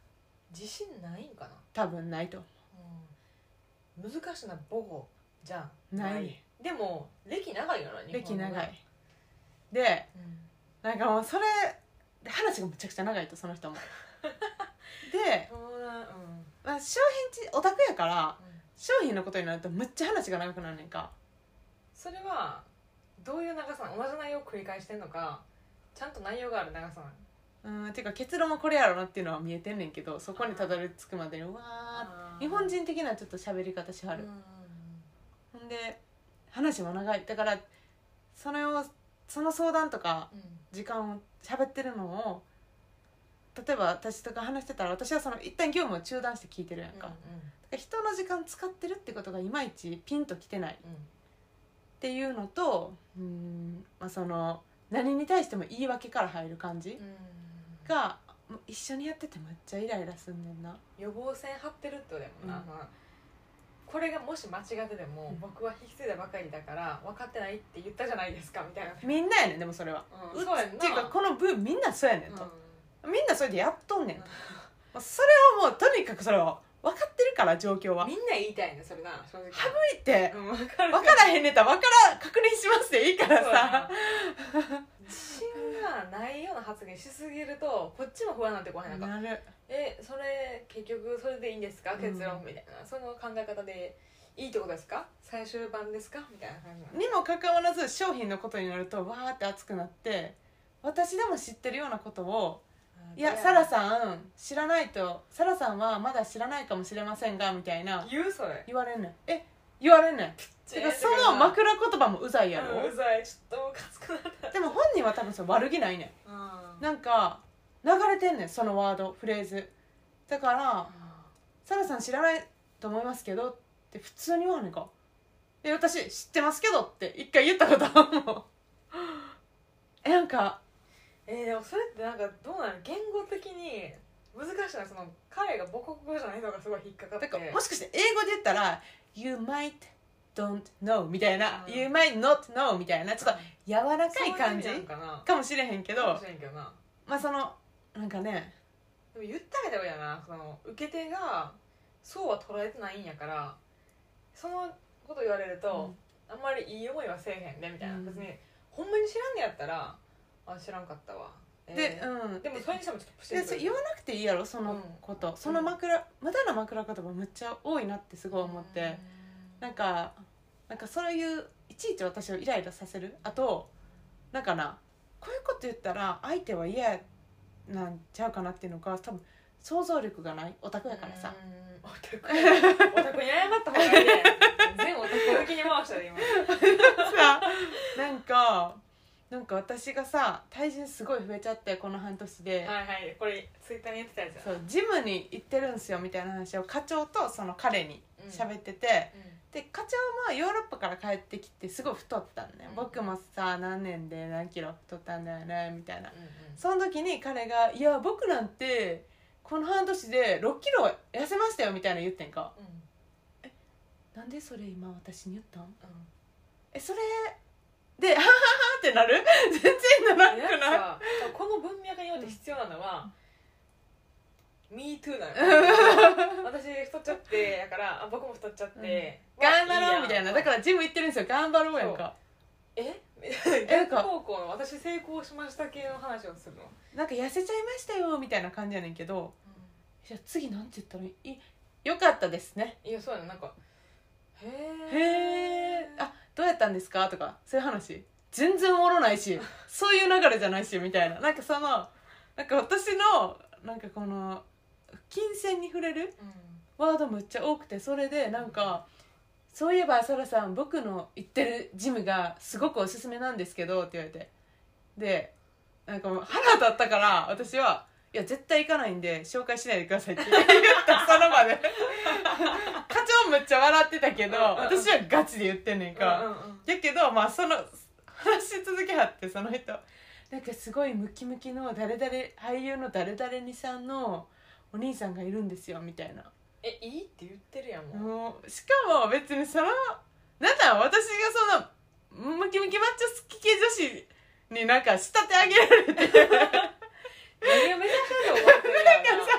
自信ないんかな。 多分ないと思難しいな。母語じゃない。 でも歴長いよな、 う。歴長いで、なんかもうそれで話がむちゃくちゃ長いと、その人もで、まあ、商品オタクやから、商品のことになるとむっちゃ話が長くなるねんか。 それはどういう長さなの？同じ内容を繰り返してんのか、ちゃんと内容がある長さなの？ ていうか結論はこれやろなっていうのは見えてんねんけど、そこにたどり着くまでにうわー、日本人的なちょっと喋り方しはる。ほんで話も長い。だからその相談とか時間を喋ってるのを、例えば私とか話してたら、私はその一旦業務を中断して聞いてるやんか、だから人の時間使ってるってことがいまいちピンときてないっていうのと、まあ、その何に対しても言い訳から入る感じが、一緒にやっててめっちゃイライラすんねんな。 予防線張ってるってことでもな、これがもし間違ってても、僕は引き継いだばかりだから分かってないって言ったじゃないですかみたいな。 みんなやねん。でもそれは、 そうやんな。 っていうかこの部みんなそうやねんと、みんなそれでやっとんねんと、それをもうとにかくそれを分かってるから、状況はみんな言いたいね、それな。正直省いて、 分からへんねんたら確認しますでいいからさ自信がないような発言しすぎるとこっちも不安になってこへん。なんかそれ結局それでいいんですか、結論みたいな、その考え方でいいってことですか、最終版ですかみたいな感じにもかかわらず、商品のことになるとわーって熱くなって、私でも知ってるようなことを、いやサラさん知らないと、サラさんはまだ知らないかもしれませんがみたいなそれ言われんねん。言われんねん。てかその枕言葉もうざいやろ。 うざい。ちょっとムカつくなった。 でも本人は多分それ悪気ないねん。なんか流れてんねん、そのワードフレーズだから、サラさん知らないと思いますけどって普通に言わんねんか。私知ってますけどって一回言ったことあるもんなんかでもそれってなんかどうなの、言語的に難しいな。その彼が母国語じゃないのがすごい引っかかって、 だからもしかして英語で言ったら You might don't know みたいな、You might not know みたいなちょっと柔らかい感じかもしれへんけど、まあそのなんかね、 でも言ってあげた方がいいやな。その受け手がそうは捉えてないんやから、そのこと言われると、あんまりいい思いはせえへんねみたいな、別にほんまに知らんねやったら知らんかったわでもそれにしてもちょっとプシッと言わなくていいやろ、そのこと、その無駄な枕言葉むっちゃ多いなってすごい思って、なんかそういういちいち私をイライラさせる。あとなんかな、こういうこと言ったら相手は嫌なんちゃうかなっていうのが、多分想像力がないオタクやからさ。 オタクに謝った方がいいね全オタクを気に回したで今さなんか私がさ、体重すごい増えちゃって、この半年で、 これツイッターに言ってたやつ。 そうジムに行ってるんすよみたいな話を課長とその彼に喋ってて、で課長もヨーロッパから帰ってきてすごい太ったんね、僕もさ何年で何キロ太ったんだよねみたいな、その時に彼がいや僕なんてこの半年で6キロ痩せましたよみたいな言ってんか、なんでそれ今私に言ったん、それではははってなる全然ならなくない。 この文脈において必要なのは、Me too なの私太っちゃってやから僕も太っちゃって、 頑張ろうみたいな。だからジム行ってるんですよ、頑張ろうやんか。 逆方向の私成功しました系の話をするの。 なんか痩せちゃいましたよみたいな感じやねんけど、じゃあ次なんて言ったらいい、よかったですね。 いやそうやな、なんかへえどうやったんですかとかそういう話全然おもろないしそういう流れじゃないしみたいな、なんかそのなんか私のなんかこの金銭に触れるワードむっちゃ多くて、それでなんかそういえばサラさん僕の行ってるジムがすごくおすすめなんですけどって言われて、でなんかもう腹立ったから私はいや絶対行かないんで紹介しないでくださいって言ったその場で課長むっちゃ笑ってたけど私はガチで言ってんねんか、だけどまあその話し続けはって、その人なんかすごいムキムキの誰々俳優の誰々にさんのお兄さんがいるんですよみたいな。 いいって言ってるやんもうしかも別にそのなんだ私がそのムキムキマッチョ好き系女子になんか仕立て上げられて何を目指してるの思ってるやんなんかさ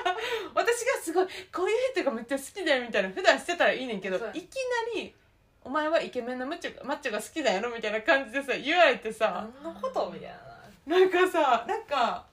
私がすごいこういう人がめっちゃ好きだよみたいな普段してたらいいねんけど、いきなりお前はイケメンのマッチョが好きだよみたいな感じでさ言われてさ、 何のことみたいな、なんかさなんか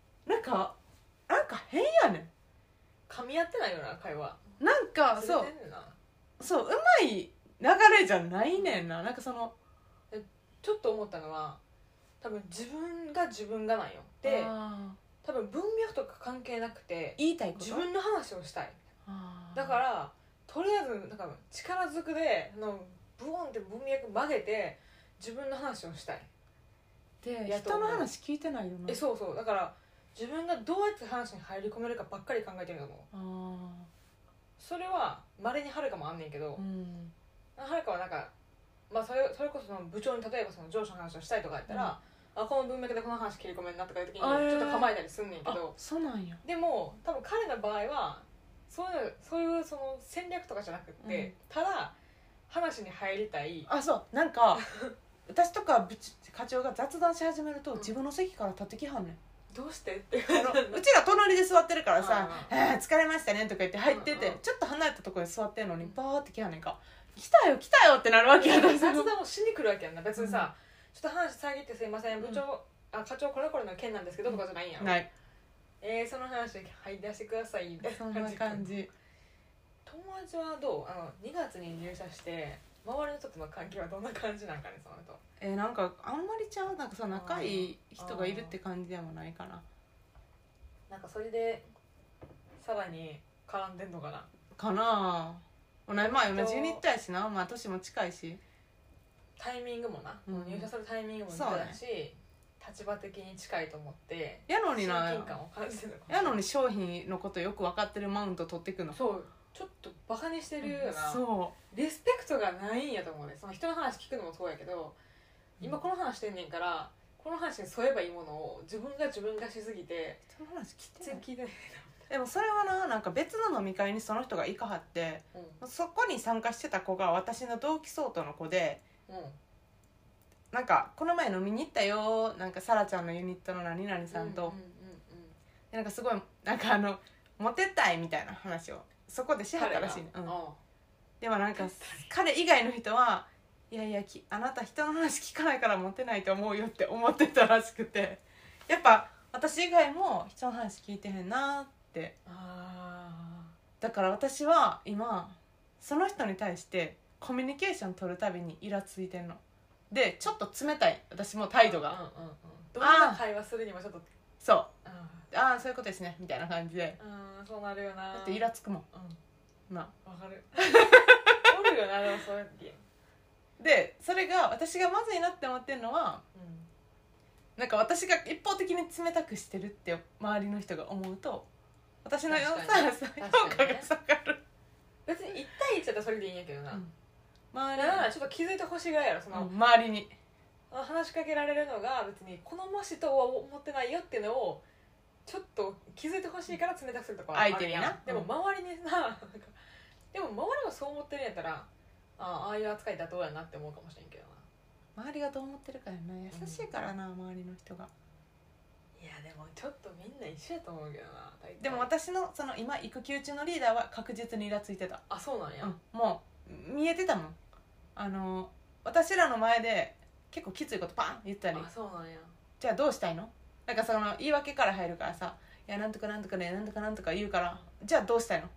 変やねん。 噛み合ってないよな会話。 なんかそううまい流れじゃないねんな。なんかそのちょっと思ったのは多分自分がなんよ。で多分文脈とか関係なくて言いたいこと自分の話をしたい。だからとりあえずなんか力ずくでブオンって文脈曲げて自分の話をしたい。 で人の話聞いてないよな。 そうだから自分がどうやって話に入り込めるかばっかり考えてると思う。それは稀にはるかもあんねんけど、はるかはなんか、まあ、それこそその部長に例えばその上司の話をしたいとか言ったら、この文脈でこの話切り込めんなとかいう時にちょっと構えたりすんねんけど、 そうなんや。 でも多分彼の場合はそういうその戦略とかじゃなくて、ただ話に入りたい。 そうなんか私とか課長が雑談し始めると自分の席から立ってきはんねん。 どうしてってうちら隣で座ってるからさ「疲れましたね」とか言って入ってて、ちょっと離れたところで座ってるのにバーって来はんねんか。来たよってなるわけや。 雑談をしに来るわけやんな。別にさ、ちょっと話遮ってすいません部長、課長これの件なんですけどとかじゃないんやろ。ない。その話入り出してくださいみたいな感じ。 友達はどう2月に入社して周りの人との関係はどんな感じなんかねその人。 なんかあんまりなんかさ仲いい人がいるって感じでもないかな。 なんかそれでさらに絡んでんのかな。 まあ同じユニットやしな、まあ年も近いしタイミングもな、入社するタイミングも似てたし、立場的に近いと思ってやのにな親近感を感じてるのかもしれない。やのに商品のことよく分かってるマウント取ってくの。 そうちょっとバカにしてるような、 そうリスペクトがないんやと思うね。その人の話聞くのもそうやけど、今この話してんねんからこの話に添えばいいものを自分がしすぎて人の話聞いてない。 でもそれはなんか別の飲み会にその人が行かはって、そこに参加してた子が私の同期相当の子で、なんかこの前飲みに行ったよ、なんかサラちゃんのユニットの何々さんと、なんかすごいなんかモテたいみたいな話をそこでしはったらしいね。でもなんか彼以外の人はいやあなた人の話聞かないからモテないと思うよって思ってたらしくて、やっぱ私以外も人の話聞いてへんなって。だから私は今その人に対してコミュニケーション取るたびにイラついてんので、ちょっと冷たい私も態度が、 どんな会話するにもちょっとそうそういうことですねみたいな感じで、 そうなるよな。 だってイラつくもん。 わかるおるよな。でもそうやってでそれが私がまずいなって思ってるのは、なんか私が一方的に冷たくしてるって周りの人が思うと私の評価が下がる。 別に1対1だったらそれでいいんやけどな、 周りはちょっと気づいてほしいぐらいやろ。その周りに話しかけられるのが別に好ましいとは思ってないよっていうのをちょっと気づいてほしいから冷たくするとかはあるやん。相手にな。でも周りにさでも周りもそう思ってるんやったらああいう扱い妥当やなって思うかもしれんけどな。 周りがどう思ってるかやな。優しいからな、周りの人が。 いやでもちょっとみんな一緒やと思うけどな。 でも私のその今育休中のリーダーは確実にイラついてた。 そうなんや、 もう見えてたもん。私らの前で結構きついことパン言ったり。 そうなんや。 じゃあどうしたいの、なんかその言い訳から入るからさ、いやなんとかなんとかねなんとかなんとか言うから、じゃあどうしたいの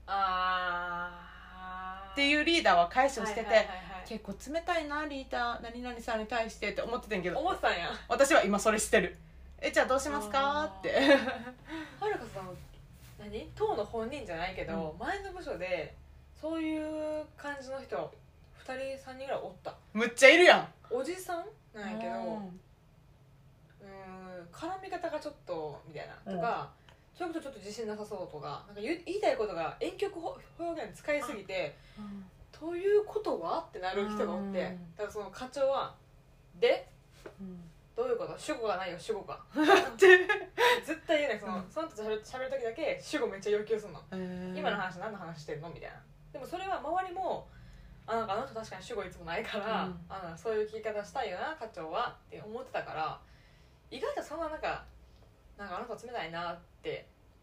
っていうリーダーは解消してて、結構冷たいなリーダー何々さんに対してって思ってたんやけど、 思ってたんや。 私は今それしてる。じゃあどうしますかってはるかさん党の本人じゃないけど、前の部署でそういう感じの人2人3人ぐらいおった。 むっちゃいるやん。 おじさんなんやけど、絡み方がちょっとみたいなとか、それこそちょっと自信なさそうとか、なんか言いたいことが遠曲表現使いすぎて、ということはってなる人がおって、だからその課長はで、どういうこと主語がないよ主語が絶対言えない。その人と喋る時だけ主語めっちゃ要求するの。今の話何の話してるのみたいな。でもそれは周りもなんかあの人確かに主語いつもないから、そういう聞き方したいよな課長はって思ってたから、意外とそんななんかあの人冷たいなって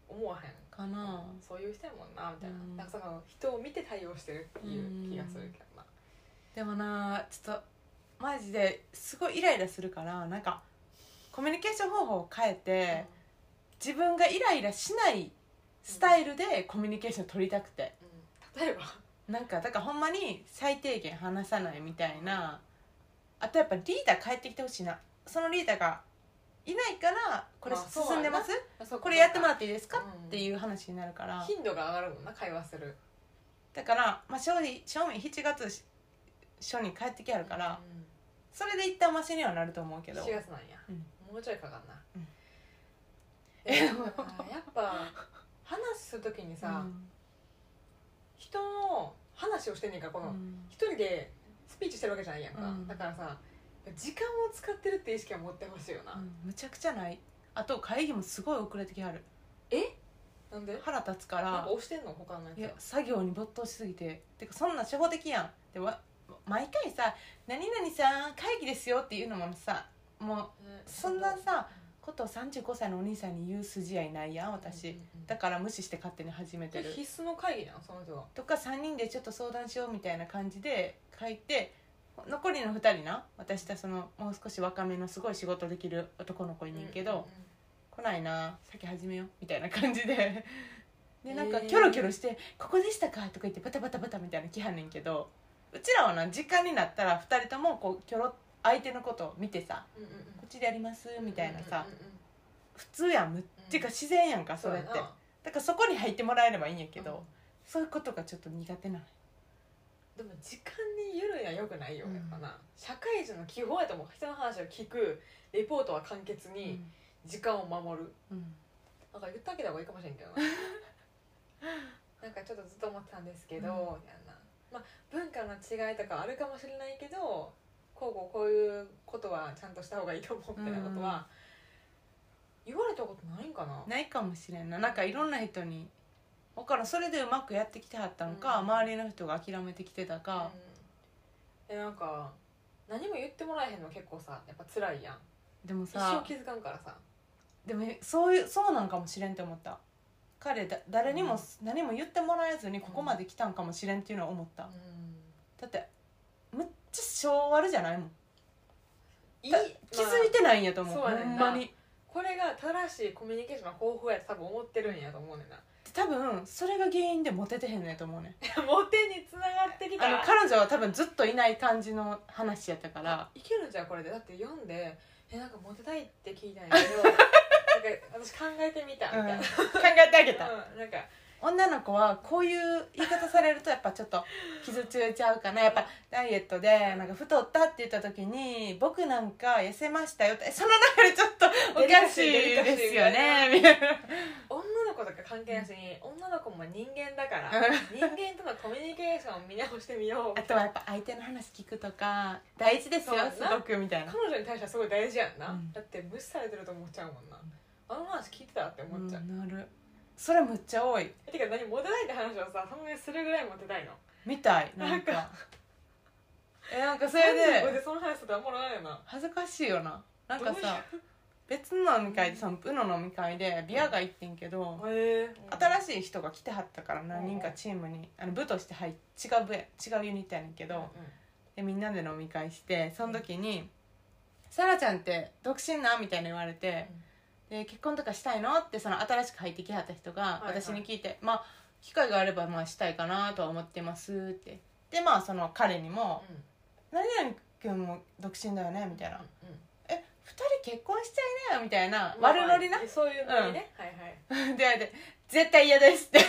思わへんかな。 そういう人やもんなみたいな、なんかその人を見て対応してるっていう気がするけどな。 でもなちょっとマジですごいイライラするから、なんかコミュニケーション方法を変えて、自分がイライラしないスタイルでコミュニケーション取りたくて、 例えばなんかだからほんまに最低限話さないみたいな。あとやっぱリーダー帰ってきてほしいな。そのリーダーがいないからこれ進んでます、これやってもらっていいですか、っていう話になるから、 頻度が上がるもんな、会話する。 だから、まあ、正味7月初に帰ってきはるから、それで一旦マシにはなると思うけど、 4月なんや、もうちょいかかんな、やっぱ話するときにさ、人の話をしてんねんから、この一人でスピーチしてるわけじゃないやんか、だからさ時間を使ってるって意識は持ってほしいよな、 むちゃくちゃない。あと会議もすごい遅れてきはる。 なんで腹立つから。 なんか押してんの他のやつ。 いや作業に没頭しすぎて、てかそんな初歩的やん。で毎回さ「何々さん会議ですよ」っていうのもさ、もうそんなさことを35歳のお兄さんに言う筋合いないやん私、だから無視して勝手に始めてる。 必須の会議なのその人は。 とか3人でちょっと相談しようみたいな感じで書いて、残りの2人な、私とそのもう少し若めのすごい仕事できる男の子いねんけど、来ないな、先始めようみたいな感じででなんかキョロキョロして「ここでしたか?」とか言ってバタバタバタみたいな来はんねんけど、うちらはな時間になったら2人ともこうキョロ相手のことを見てさ「こっちでやります」みたいなさ、普通やん、むっていうか自然やんかそれって。だからそこに入ってもらえればいいんやけど、そういうことがちょっと苦手なの。 でも時間に緩いのはよくないよ、やっぱな。社会人の基本やと思う。人の話を聞く、レポートは簡潔に時間を守る、なんか言ってあげた方がいいかもしれんけどななんかちょっとずっと思ってたんですけど、みたいな、まあ、文化の違いとかあるかもしれないけど、こういうことはちゃんとした方がいいと思うみたいなことは言われたことないんかな。 ないかもしれんな。なんかいろんな人に分からん、それでうまくやってきてはったのか、周りの人が諦めてきてたか、 なんか何も言ってもらえへんの結構さやっぱ辛いやん。 でもさ一生気づかんからさ。でもそうなんかもしれんって思った。彼誰にも何も言ってもらえずにここまで来たんかもしれんっていうのは思った、だってむっちゃ性悪じゃないもん。気づいてないんやと思う、ほんまに。 これが正しいコミュニケーションの方法やと多分思ってるんやと思うねんな。 多分それが原因でモテてへんねんと思うねんモテにつながってきた。 彼女は多分ずっといない感じの話やったから。 いけるんじゃんこれで。だって読んでなんかモテたいって聞いたんやけどなんか私考えてみたみたいな、考えてあげた、 なんか女の子はこういう言い方されるとやっぱちょっと傷ついちゃうかな。やっぱダイエットでなんか太ったって言った時に僕なんか痩せましたよって、その中でちょっとおかしいですよねみたいな。 女の子とか関係なしに、女の子も人間だから人間とのコミュニケーションを見直してみよう。 あとはやっぱ相手の話聞くとか大事ですよすごくみたいな。 彼女に対してはすごい大事やんな、だって無視されてると思っちゃうもんな。あの話聞いてたって思っちゃう、 なる。それむっちゃ多い。 てか何モテたいって話をさたまにするぐらいモテたいのみたい。なんかなんかそれでその話するとおもろないよな。 恥ずかしいよな。なんかさ別の飲み会でその部の飲み会でビアが行ってんけど、新しい人が来てはったから何人かチームに部として違う部や違うユニットやねんけど、でみんなで飲み会して、その時に「さらちゃんって独身な?」みたいな言われて、で結婚とかしたいのってその新しく入ってきはった人が私に聞いて、まあ機会があればまあしたいかなとは思ってますって。でまあその彼にも「何々君も独身だよね」みたいな。2人結婚しちゃいなよみたいな、悪ノリな、 そういうノリね、はいはいで絶対嫌ですって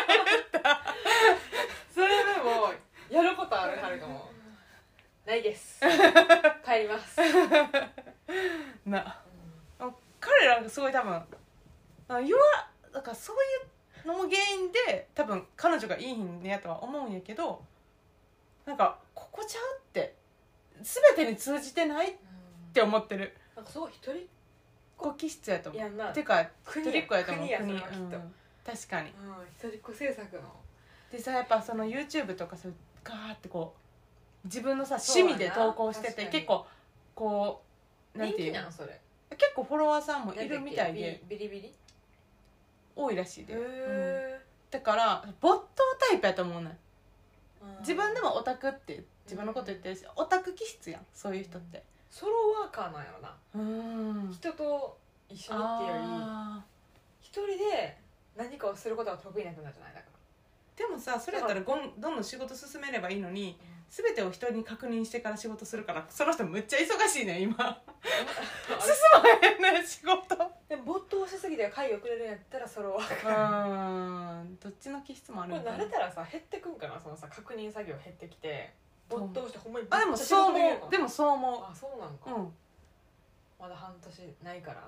それでもやることあるはるかも。ないです帰りますな、彼らがすごい多分だからそういうのも原因で多分彼女がいいんやとは思うんやけど、なんかここちゃうって全てに通じてないって思ってる。 なんかすごい一人っ子気質やと思う。 いやな、 てか一人っ子やと思う。 国やそれはきっと、 確かに、 一人っ子政策のでさ、やっぱその YouTube とかさガーってこう自分のさ趣味で投稿してて結構こうなんていう人気なのそれ。 結構フォロワーさんもいるみたいで、 ビリビリ多いらしいで、 へだから没頭タイプやと思うねん。 ー自分でもオタクって自分のこと言ってるし、オタク気質やんそういう人って。 ソロワーカーなんやろな。人と一緒にっていうより一人で何かをすることが得意な人なんじゃない。だからでもさ、それやったらどんどん仕事進めればいいのに、全てを人に確認してから仕事するから、その人めっちゃ忙しいね今進まへんね仕事。 でも没頭しすぎて会議遅れるんやったらソロワーカー。 どっちの気質もあるこんかな。 れ慣れたらさ減ってくんかな、そのさ確認作業減ってきて没頭してほんまにでもそう思う。でもそう思う。 あ、そうなんか、まだ半年ないから、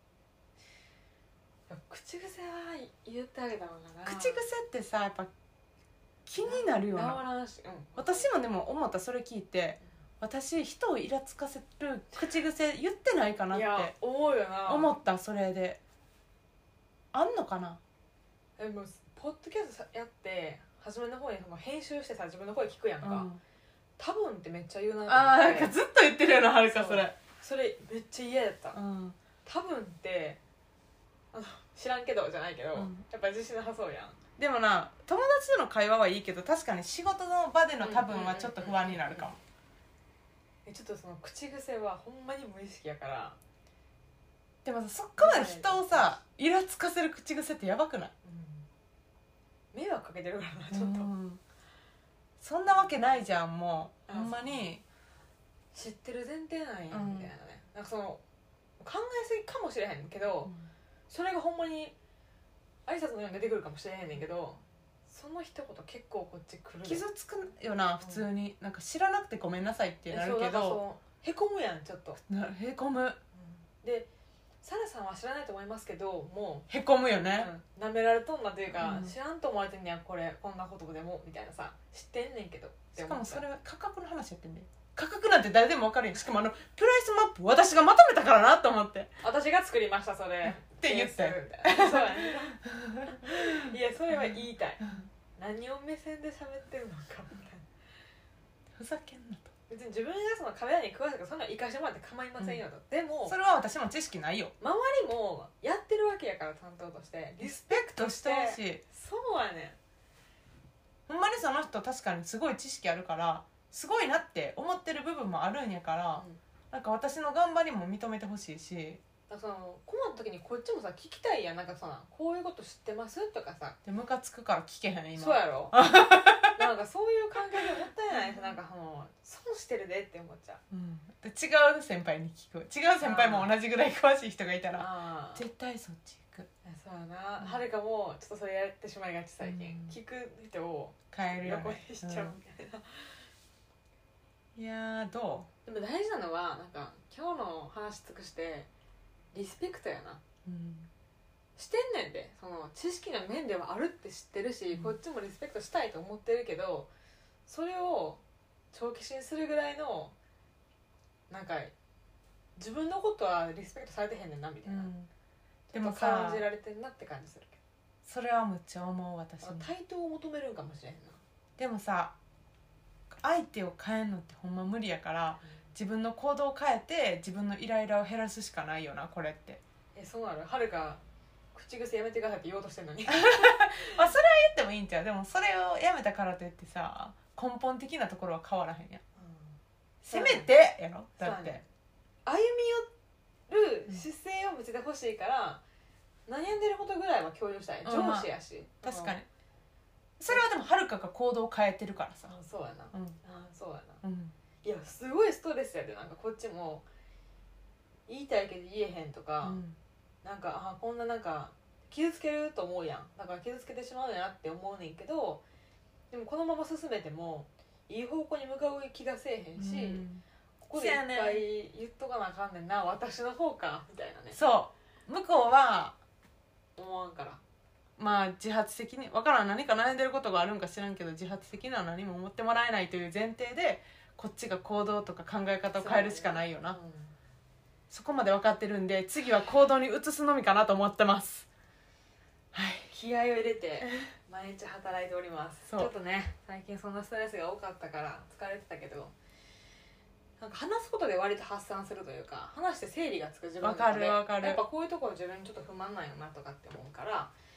口癖は言ってあげたのかな。 口癖ってさやっぱ気になるよな。私もでも思った。それ聞いて私人をイラつかせる口癖言ってないかなって思うよな。 思った。それであんのかな。 でもポッドキャストやって初めの方に編集してさ自分の声聞くやんか、多分ってめっちゃ言うなと思って。 なんかずっと言ってるよなはるか。それめっちゃ嫌やった、多分って知らんけどじゃないけど、やっぱ自信なさそうやん。 でもな友達との会話はいいけど確かに仕事の場での多分はちょっと不安になるかも。 ちょっとその口癖はほんまに無意識やから。 でもさそっから人をさイラつかせる口癖ってやばくない？ 迷惑かけてるからなちょっと、 そんなわけないじゃん。もうほんまに知ってる前提なんやみたいなね、なんかその考えすぎかもしれへんけど、それがほんまに挨拶のように出てくるかもしれへんねんけど、その一言結構こっち来る。 傷つくよな普通に。なんか知らなくてごめんなさいってなるけど、 へこむやんちょっと。 へこむ。 でサラさんは知らないと思いますけどもうへこむよね、 なめられとんなというか、知らんと思われてんねやこんなことでもみたいなさ、知ってんねんけど。 しかもそれは価格の話やってんで、価格なんて誰でも分かるやん。しかもプライスマップ私がまとめたからなと思って、 私が作りましたそれって言ってそうやねいやそれは言いたい、何を目線で喋ってるのかみたいな。 ふざけんなと。 別に自分がそのカメラに詳しいからそんなの生かしてもらって構いませんよと、でもそれは私も知識ないよ。 周りもやってるわけやから担当としてリスペクトしてほしい。 そうやねん。ほんまにその人確かにすごい知識あるからすごいなって思ってる部分もあるんやから、なんか私の頑張りも認めてほしいし。 だからその困った時にこっちもさ聞きたいやん。なんかさこういうこと知ってますとかさ。 でムカつくから聞けへん今。 そうやろなんかそういう感覚でもったいないし、なんか損してるでって思っちゃう、 で違う先輩に聞く。違う先輩も同じぐらい詳しい人がいたら絶対そっち行く。 そうやな。はるかもちょっとそれやってしまいがち最近、聞く人を変えるよね。 横にしちゃうみたいな、 いやどうでも大事なのはなんか今日の話尽くしてリスペクトやな、してんねんで。その知識の面ではあるって知ってるし、こっちもリスペクトしたいと思ってるけど、それを長期心するぐらいのなんか自分のことはリスペクトされてへんねんなみたいな、でも感じられてんなって感じするけど。 それはむっちゃ思う。私も対等を求めるんかもしれへんな。 でもさ相手を変えんのってほんま無理やから、自分の行動を変えて自分のイライラを減らすしかないよなこれって。 そうなる。はるか口癖やめてくださいって言おうとしてんのにまあそれは言ってもいいんちゃう。でもそれをやめたからといってさ根本的なところは変わらへんやん、せめてやろ。だって歩み寄る姿勢を見せてほしいから、悩んでることぐらいは共有したい。上司やし、 確かにそれはでもはるかが行動を変えてるからさ。 そうやな、そうやな、いやすごいストレスやで。なんかこっちも言いたいけど言えへんとか、なんかこんななんか傷つけると思うやん。だから傷つけてしまうんやなって思うねんけど、でもこのまま進めてもいい方向に向かう気がせえへんし、ここでいっぱい言っとかなあかんねんな、私の方かみたいなね。 そう向こうは思わんから、 まあ自発的に分からん、何か悩んでることがあるんか知らんけど自発的には何も思ってもらえないという前提でこっちが行動とか考え方を変えるしかないよな。 そこまで分かってるんで次は行動に移すのみかなと思ってます。はい、 気合を入れて毎日働いております。ちょっとね最近そんなストレスが多かったから疲れてたけど、なんか話すことで割と発散するというか、話して整理がつく自分の中で。 分かる分かる。 やっぱこういうところ自分にちょっと不満なんよなとかって思うから、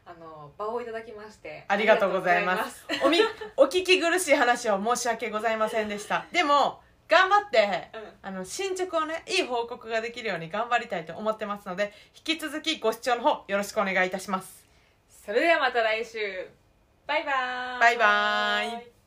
場をいただきましてありがとうございますお聞き苦しい話を申し訳ございませんでした。でも頑張って、進捗をねいい報告ができるように頑張りたいと思ってますので、引き続きご視聴の方よろしくお願いいたします。 それではまた来週。バイバーイ。 バイバーイ。